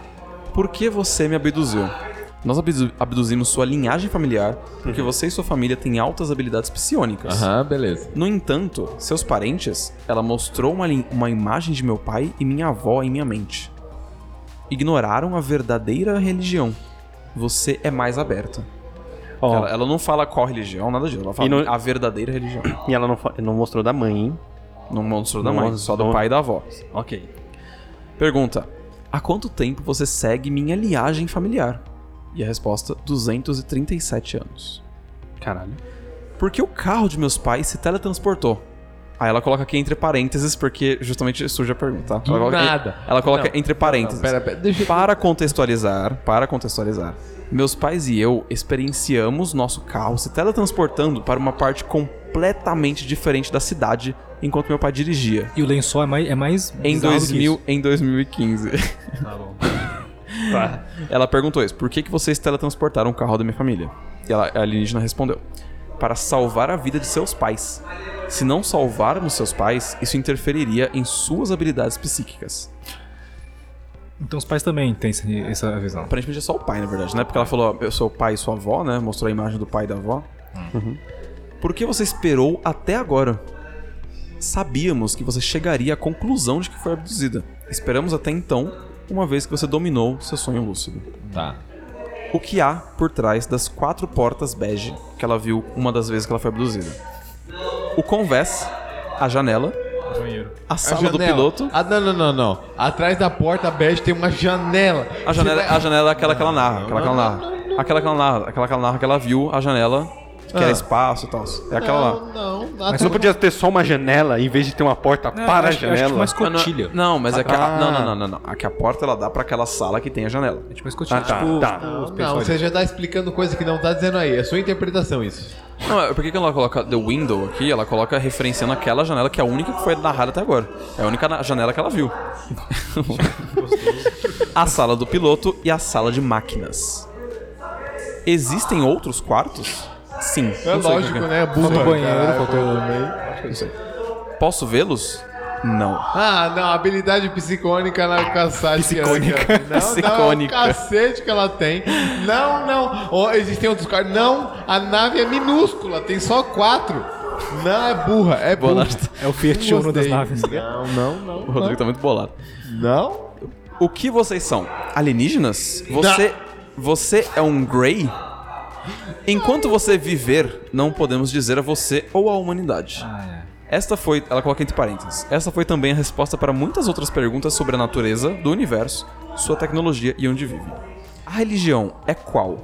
Por que você me abduziu? Nós abdu- abduzimos sua linhagem familiar porque uhum. você e sua família têm altas habilidades psionicas. Aham, uhum, beleza. No entanto, seus parentes, ela mostrou uma, li- uma imagem de meu pai e minha avó em minha mente. Ignoraram a verdadeira religião. Você é mais aberta. Oh. Ela, ela não fala qual religião, nada disso. Ela fala não... a verdadeira religião. E ela não, fa... não mostrou da mãe, hein? Não mostrou não da mãe, mostrou... só do pai e da avó. Ok. Pergunta. Há quanto tempo você segue minha linhagem familiar? E a resposta, duzentos e trinta e sete anos. Caralho. Por que o carro de meus pais se teletransportou? Aí ela coloca aqui entre parênteses, porque justamente surge a pergunta, tá? Ela coloca, nada. Ela coloca não, entre parênteses. Não, pera, pera, deixa eu... Para contextualizar, para contextualizar, meus pais e eu experienciamos nosso carro se teletransportando para uma parte completamente diferente da cidade enquanto meu pai dirigia. E o lençol é mais, é mais em, dois mil, em dois mil e quinze. Tá bom. Tá. Ela perguntou isso, por que, que vocês teletransportaram o carro da minha família? E ela, a alienígena respondeu, para salvar a vida de seus pais. Se não salvarmos seus pais, isso interferiria em suas habilidades psíquicas. Então os pais também têm essa visão. Aparentemente é só o pai, na verdade, né? Porque ela falou, eu sou o pai e sua avó, né? Mostrou a imagem do pai e da avó. Uhum. Por que você esperou até agora? Sabíamos que você chegaria à conclusão de que foi abduzida. Esperamos até então, uma vez que você dominou seu sonho lúcido. Tá. O que há por trás das quatro portas bege que ela viu uma das vezes que ela foi abduzida? O convés, a janela, a sala a do piloto... Ah, não, não, não, não. Atrás da porta bege tem uma janela. A janela, a janela é aquela que ela narra, aquela que ela narra. Aquela que ela narra, aquela que ela narra que ela viu a janela... Que ah. era espaço e tal. É aquela não, lá. Não, não. Mas não podia ter só uma janela em vez de ter uma porta é, para acho, a janela? Acho que uma escotilha. Não, não, mas é que ah. a, não, não, não, não, não. Aqui a porta ela dá pra aquela sala que tem a janela. É tipo uma escotilha. Ah, tá, tipo, tá. Não, não, você já tá explicando coisa que não tá dizendo aí. É sua interpretação isso. Não, é porque que ela coloca the window aqui, ela coloca referenciando aquela janela que é a única que foi narrada até agora. É a única janela que ela viu. A sala do piloto e a sala de máquinas. Existem outros quartos? Sim. É lógico, né? Faltou banheiro, faltou... Posso vê-los? Não. Ah, não. Habilidade psicônica na caçade. Psicônica. Não, Psicônica. não, é o cacete que ela tem. Não, não. Oh, existem outros quartos. Não, a nave é minúscula. Tem só quatro. Não, é burra. É burra. É o Fiat Uno das naves. Não, não, não. O Rodrigo tá muito bolado. Não? O que vocês são? Alienígenas? Você, não. Você é um Grey? Enquanto você viver, não podemos dizer a você ou à humanidade. Ah, é. Esta foi, ela coloca entre parênteses, esta foi também a resposta para muitas outras perguntas sobre a natureza do universo, sua tecnologia e onde vive. A religião é qual?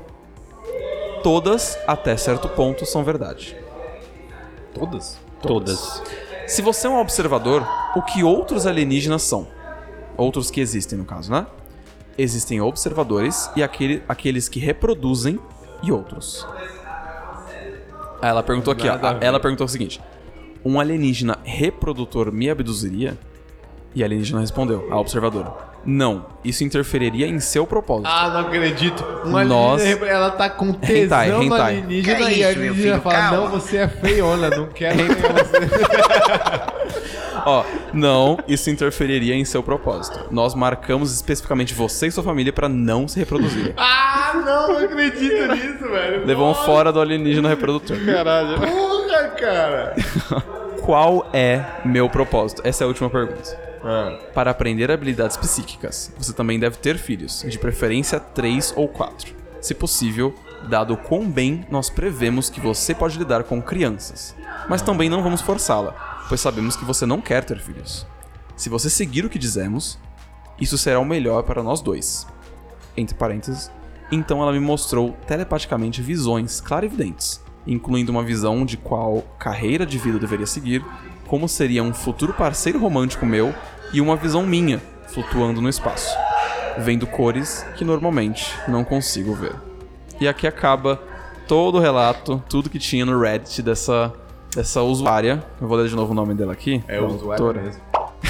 Todas, até certo ponto, são verdade. Todas? Todas. Se você é um observador, o que outros alienígenas são? Outros que existem, no caso, né? Existem observadores e aquele, aqueles que reproduzem e outros. Aí ela perguntou aqui, ó. Ela perguntou o seguinte: um alienígena reprodutor me abduziria? E a alienígena respondeu, a observadora: não, isso interferiria em seu propósito. Ah, não acredito. Uma Nós... alienígena, ela tá com tesão Hentai, no hentai. alienígena Que e a isso, meu alienígena filho, fala, calma. não, você é feiona, não quero nem você. Ó, não, isso interferiria em seu propósito. Nós marcamos especificamente você e sua família pra não se reproduzir. Ah, não, não acredito nisso, velho. Levam fora do alienígena reprodutor. Caralho. Porra, cara. Qual é meu propósito? Essa é a última pergunta. Ah. Para aprender habilidades psíquicas, você também deve ter filhos, de preferência três ou quatro. Se possível, dado o quão bem nós prevemos que você pode lidar com crianças. Mas também não vamos forçá-la, pois sabemos que você não quer ter filhos. Se você seguir o que dizemos, isso será o melhor para nós dois. Entre parênteses, então ela me mostrou telepaticamente visões clarividentes, incluindo uma visão de qual carreira de vida eu deveria seguir, como seria um futuro parceiro romântico meu e uma visão minha, flutuando no espaço, vendo cores que normalmente não consigo ver. E aqui acaba todo o relato, tudo que tinha no Reddit dessa, dessa usuária. Eu vou ler de novo o nome dela aqui. É o usuário mesmo.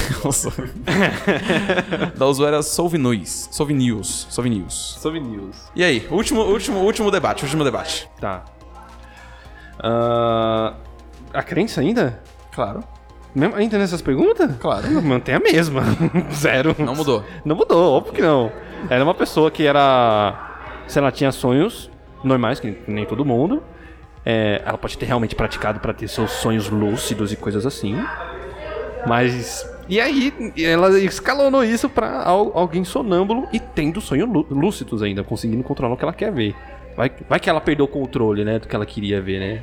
Da usuária Solvinus. Solvinius. Solvinius. Solvinius. E aí, último, último, último debate, último debate. Tá. Uh, a crença ainda? Claro. Mesmo, ainda nessas perguntas? Claro. Mantém a mesma. Zero. Não mudou. Não mudou, óbvio que não. Era uma pessoa que era... Se ela tinha sonhos normais, que nem todo mundo. É, ela pode ter realmente praticado para ter seus sonhos lúcidos e coisas assim. Mas... E aí, ela escalonou isso pra alguém sonâmbulo e tendo sonhos lúcidos ainda, conseguindo controlar o que ela quer ver. Vai, vai que ela perdeu o controle, né, do que ela queria ver, né?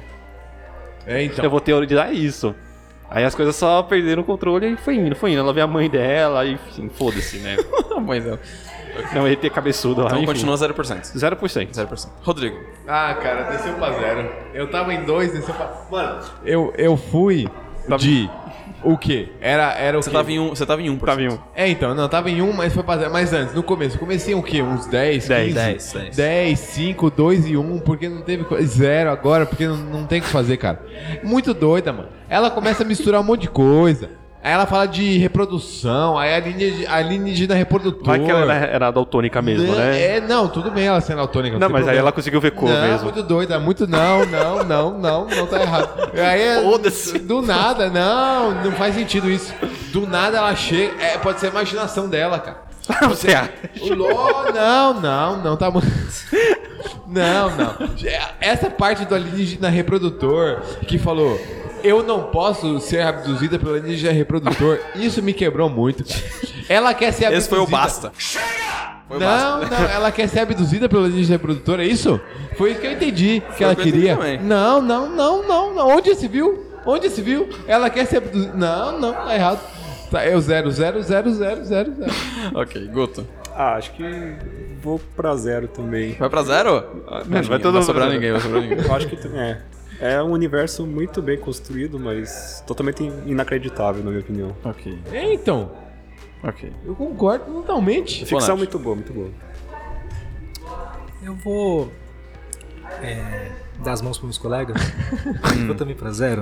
É, então. Eu vou teorizar isso. Aí as coisas só perderam o controle e foi indo, foi indo. Ela vê a mãe dela e, enfim, foda-se, né? A mãe dela. Não, ele tem cabeçudo lá. Então enfim. continua zero por cento. zero por cento. zero por cento. Rodrigo. Ah, cara, desceu pra zero. Eu tava em dois, desceu pra... Mano, eu, eu fui de... O quê? Era, era o Você quê? tava em um, você tava em um por cento. Tava em um. É, então, não, tava em um, mas foi pra zero. Mas antes, no começo, eu comecei o quê? Uns dez, dez, quinze? dez, dez. dez, cinco, dois e um, porque não teve... co- Zero agora, porque não, não tem o que fazer, cara. Muito doida, mano. Ela começa a misturar um monte de coisa. Aí ela fala de reprodução, aí a alienígena, a alienígena reprodutor. Vai que ela era, era daltônica mesmo, Não, né? É, não, tudo bem ela sendo autônica. Não, tem mas aí problema. ela conseguiu ver cor não, mesmo. muito doida, muito não, não, não, não, não tá errado. Aí é, Foda-se. do nada, não, não faz sentido isso. Do nada ela chega, é, pode ser a imaginação dela, cara. Você acha? O Ló, não, não, não tá muito. Não, não. Essa parte do alienígena reprodutor que falou, eu não posso ser abduzida pelo alienígena reprodutor, isso me quebrou muito, cara. Ela quer ser abduzida. Esse foi o basta. Foi o Não, basta. não, ela quer ser abduzida pelo alienígena reprodutor, é isso? Foi isso que eu entendi que ela o que eu entendi queria. também. Não, não, não, não, não. Onde se viu? Onde se viu? Ela quer ser abduzida. Não, não, tá errado. Tá, é o zero, zero, zero, zero, zero, zero. Ok, Guto. Ah, acho que vou pra zero também. Vai pra zero? Vai Vai, todo vai mundo sobrar pra ninguém, vai sobrar ninguém. Eu acho que é. É um universo muito bem construído, mas totalmente inacreditável, na minha opinião. Ok, É, então. ok. Eu concordo totalmente. Ficção Nath. muito boa, muito boa. Eu vou é, dar as mãos para meus colegas. Vou também pra zero.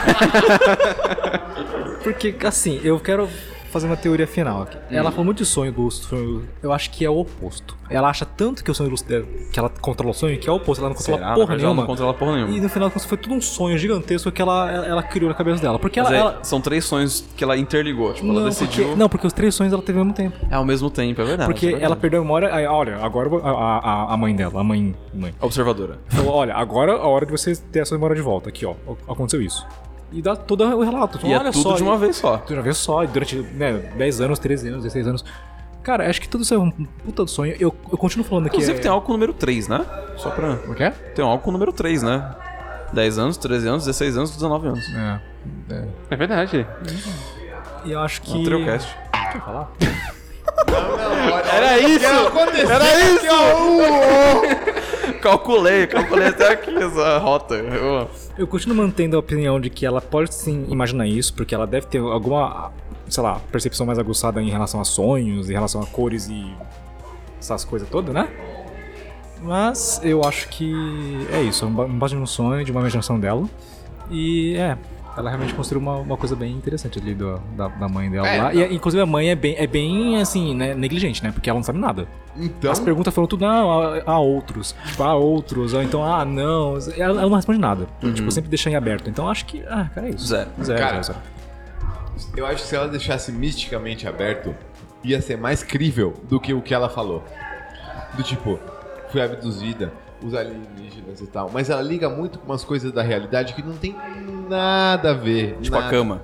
Porque, assim, eu quero fazer uma teoria final aqui. Ela falou muito de sonho lúcido. Eu acho que é o oposto. Ela acha tanto que o sonho lúcido dela, que ela controla o sonho, que é o oposto. Ela não controla Será? porra Na verdade, ela nenhuma. não controla porra nenhuma. E no final foi tudo um sonho gigantesco que ela, ela, ela criou na cabeça dela. Porque Mas ela, é, ela... são três sonhos que ela interligou. Tipo, ela Não, decidiu. porque, não, porque os três sonhos ela teve ao mesmo tempo. É ao mesmo tempo, é verdade. Porque é verdade. ela perdeu a memória. Aí, olha, agora eu vou- a, a, a mãe dela, a mãe. mãe Observadora. falou: olha, agora é a hora de você ter essa memória de volta. Aqui, ó. Aconteceu isso. E dá todo o relato. E é olha tudo só, de uma e- vez só. Tudo de uma vez só. E durante né, dez anos, treze anos, dezesseis anos. Cara, acho que tudo isso é um puta do sonho. Eu, eu continuo falando aqui. Inclusive é... tem algo com o número três, né? Só pra. O quê? Tem algo com o número três, né? dez anos, treze anos, dezesseis anos, dezenove anos. É. é. É verdade. E eu acho que. Um triocast. Quer falar? Não, não, olha, Era olha o que isso! aconteceu Era aqui, isso! ó. calculei, calculei até aqui essa rota. Eu... eu continuo mantendo a opinião de que ela pode sim imaginar isso, porque ela deve ter alguma, sei lá, percepção mais aguçada em relação a sonhos, em relação a cores e essas coisas todas, né? Mas eu acho que é isso, é um base de um sonho, de uma imaginação dela. E é, ela realmente construiu uma, uma coisa bem interessante ali do, da, da mãe dela é, lá. E inclusive a mãe é bem, é bem assim, né, negligente, né? Porque ela não sabe nada. Então... As perguntas foram tudo, não, a, a outros. Tipo, a outros, ou então, ah, não. Ela, ela não responde nada. Uhum. Tipo, sempre deixa em aberto. Então acho que, ah, cara, é isso. Zero. Zero, cara, zero, zero. Eu acho que se ela deixasse misticamente aberto, ia ser mais crível do que o que ela falou. Do tipo, fui abduzida, os alienígenas e tal. Mas ela liga muito com umas coisas da realidade que não tem nada a ver. Tipo nada. a cama.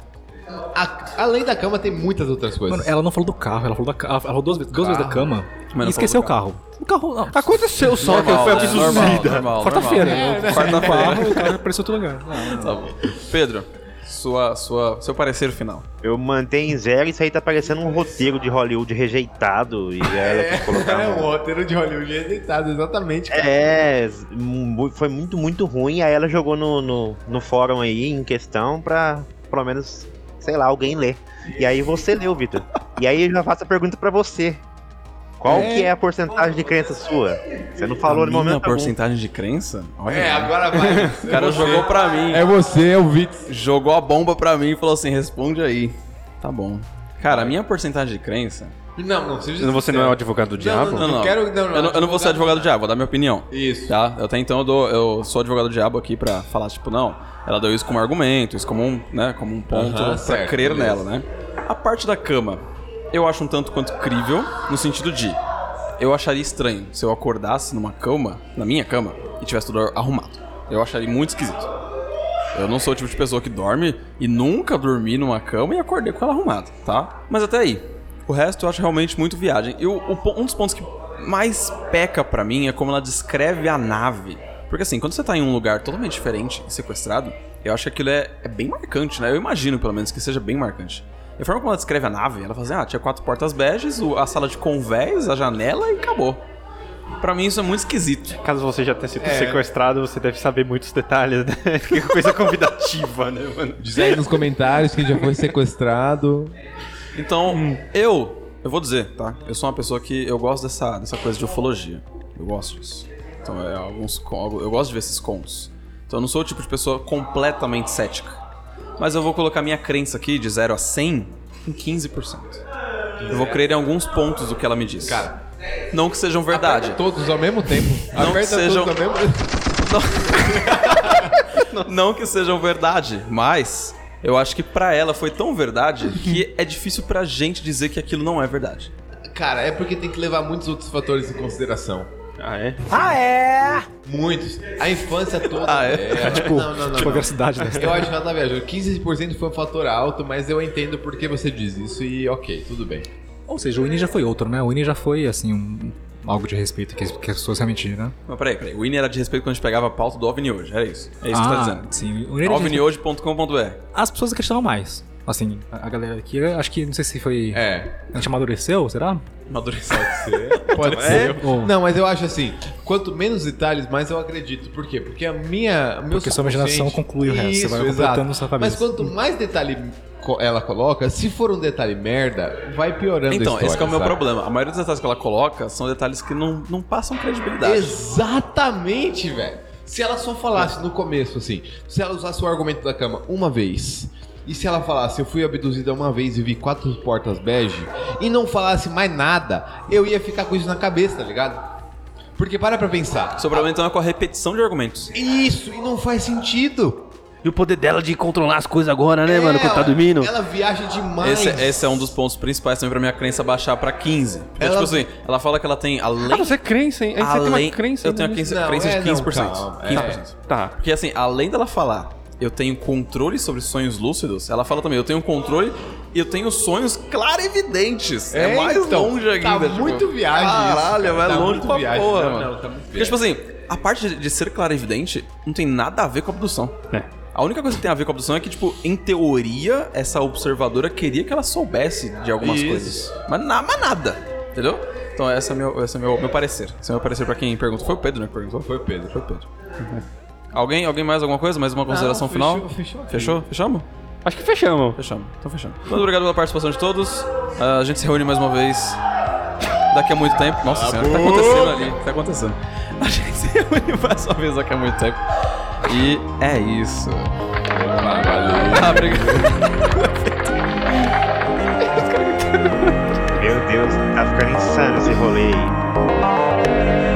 A, além da cama, tem muitas outras coisas. Mano, ela não falou do carro, ela falou, da, ela falou duas, duas vezes da cama e esqueceu o carro. O carro não. Aconteceu só que foi abduzida. Quarta-feira. É, né? Quarta-feira. O carro apareceu em outro lugar. Ah, tá bom. Pedro, sua, sua, seu parecer final. Eu mantenho em zero, isso aí tá parecendo um roteiro de Hollywood rejeitado. E ela é, quis colocar é um... um roteiro de Hollywood rejeitado, exatamente. Cara. É, foi muito, muito ruim. Aí ela jogou no, no, no fórum aí em questão pra, pelo menos, sei lá, alguém ler. E aí você leu, Vitor. E aí eu já faço a pergunta pra você. Qual é. que é a porcentagem de crença sua? Você não falou a no momento algum. porcentagem de crença? Olha é, aí. agora vai. O cara jogou pra mim. É você, é o Vitor. Jogou a bomba pra mim e falou assim, responde aí. Tá bom. Cara, a minha porcentagem de crença... Não, não, seja Você não é o advogado do diabo? Não, não, não. Quero, não, não eu, não eu não vou ser advogado do diabo, vou dar minha opinião. Isso. Tá? Eu até então eu, dou, eu sou advogado do diabo aqui pra falar, tipo, não, ela deu isso como argumento, isso como um, né, como um ponto uh-huh, pra certo, crer beleza. nela, né? A parte da cama, eu acho um tanto quanto crível, no sentido de, eu acharia estranho se eu acordasse numa cama, na minha cama, e tivesse tudo arrumado. Eu acharia muito esquisito. Eu não sou o tipo de pessoa que dorme e nunca dormi numa cama e acordei com ela arrumada, tá? Mas até aí. O resto eu acho realmente muito viagem. E o, o, um dos pontos que mais peca pra mim é como ela descreve a nave. Porque assim, quando você tá em um lugar totalmente diferente e sequestrado, eu acho que aquilo é, é bem marcante, né? Eu imagino, pelo menos, que seja bem marcante. E a forma como ela descreve a nave, ela fala assim, ah, tinha quatro portas beges, a sala de convés, a janela e acabou. Pra mim isso é muito esquisito. Caso você já tenha sido É. sequestrado, você deve saber muitos detalhes, né? Que coisa convidativa, né, mano? Diz aí nos comentários que já foi sequestrado. Então, eu, eu vou dizer, tá? Eu sou uma pessoa que eu gosto dessa, dessa coisa de ufologia. Eu gosto disso. Então, é alguns, eu gosto de ver esses contos. Então, eu não sou o tipo de pessoa completamente cética. Mas eu vou colocar minha crença aqui, de zero a cem, em quinze por cento. Eu vou crer em alguns pontos do que ela me diz. Cara, não que sejam verdade. Aperta todos ao mesmo tempo. Não que Aperta sejam... todos ao mesmo não... não que sejam verdade, mas... Eu acho que pra ela foi tão verdade que é difícil pra gente dizer que aquilo não é verdade. Cara, é porque tem que levar muitos outros fatores em consideração. Ah, é? Ah, é? Muitos. A infância toda. Ah, é? É, Tipo, não, não, não, tipo não. a diversidade dessa. Eu acho que ela tá viajando. quinze por cento foi um fator alto, mas eu entendo por que você diz isso e ok, tudo bem. Ou seja, o Winnie já foi outro, né? O Winnie já foi, assim, um, algo de respeito que as, que as pessoas realmente, né? Mas peraí, peraí. O Winnie era de respeito quando a gente pegava a pauta do OVNI hoje. Era isso. É isso ah, que você tá dizendo. Sim, o Winnie era de ovni hoje ponto com ponto b r. As pessoas acreditavam mais. Assim, a, a galera aqui, acho que, não sei se foi... É. A gente amadureceu, será? Amadureceu. Pode ser. Pode ser. Não, mas eu acho assim, quanto menos detalhes, mais eu acredito. Por quê? Porque a minha... Meu Porque sua imaginação conclui o resto. Isso, você vai exato. completando na sua cabeça. Mas quanto mais detalhe co- ela coloca, se for um detalhe merda, vai piorando Então, a história, esse que é o meu sabe? problema. A maioria dos detalhes que ela coloca são detalhes que não, não passam credibilidade. Exatamente, velho. Se ela só falasse no começo, assim, se ela usasse o argumento da cama uma vez, e se ela falasse, eu fui abduzida uma vez e vi quatro portas bege, e não falasse mais nada, eu ia ficar com isso na cabeça, tá ligado? Porque para pra pensar. Seu problema então é com a repetição de argumentos. Isso, e não faz sentido. E o poder dela de controlar as coisas agora, né, É, mano, quando tá dormindo? Ela viaja demais. Esse, esse é um dos pontos principais também pra minha crença baixar pra quinze. Porque, Ela- tipo assim, ela fala que ela tem além... Ah, você crença, hein? Aí você tem além... uma crença. Eu tenho a nisso. crença, Não, crença é, de quinze por cento. não, calma, é. quinze por cento. Tá. Porque assim, além dela falar, eu tenho controle sobre sonhos lúcidos, ela fala também, eu tenho controle e eu tenho sonhos clarividentes. É, É, mais então, longe ainda. tá tipo, muito viagem isso, Caralho, cara, é tá longe muito pra viagem. porra, Não, mano. não, tá muito Porque, tipo assim, a parte de, de ser clarividente não tem nada a ver com a abdução. É. A única coisa que tem a ver com a abdução é que, tipo, em teoria, essa observadora queria que ela soubesse de algumas Isso. coisas. Mas, na, mas nada, entendeu? Então esse é o meu, esse é meu, meu parecer. Esse é o meu parecer pra quem perguntou. Foi o Pedro, né, que perguntou? Foi o Pedro. Foi o Pedro. Uhum. Alguém, alguém mais alguma coisa? Mais uma consideração Não, final? fechou, fechou. Fechou? Fechamos? Acho que fechamos. Fechamos. Então fechamos. Muito obrigado pela participação de todos. Uh, a gente se reúne mais uma vez daqui a muito tempo. Nossa senhora, o que tá acontecendo ali? O que tá acontecendo? A gente se reúne mais uma vez daqui a muito tempo. E é isso. Ah, valeu. Ah, obrigado. Meu Deus, tá ficando insano esse rolê aí.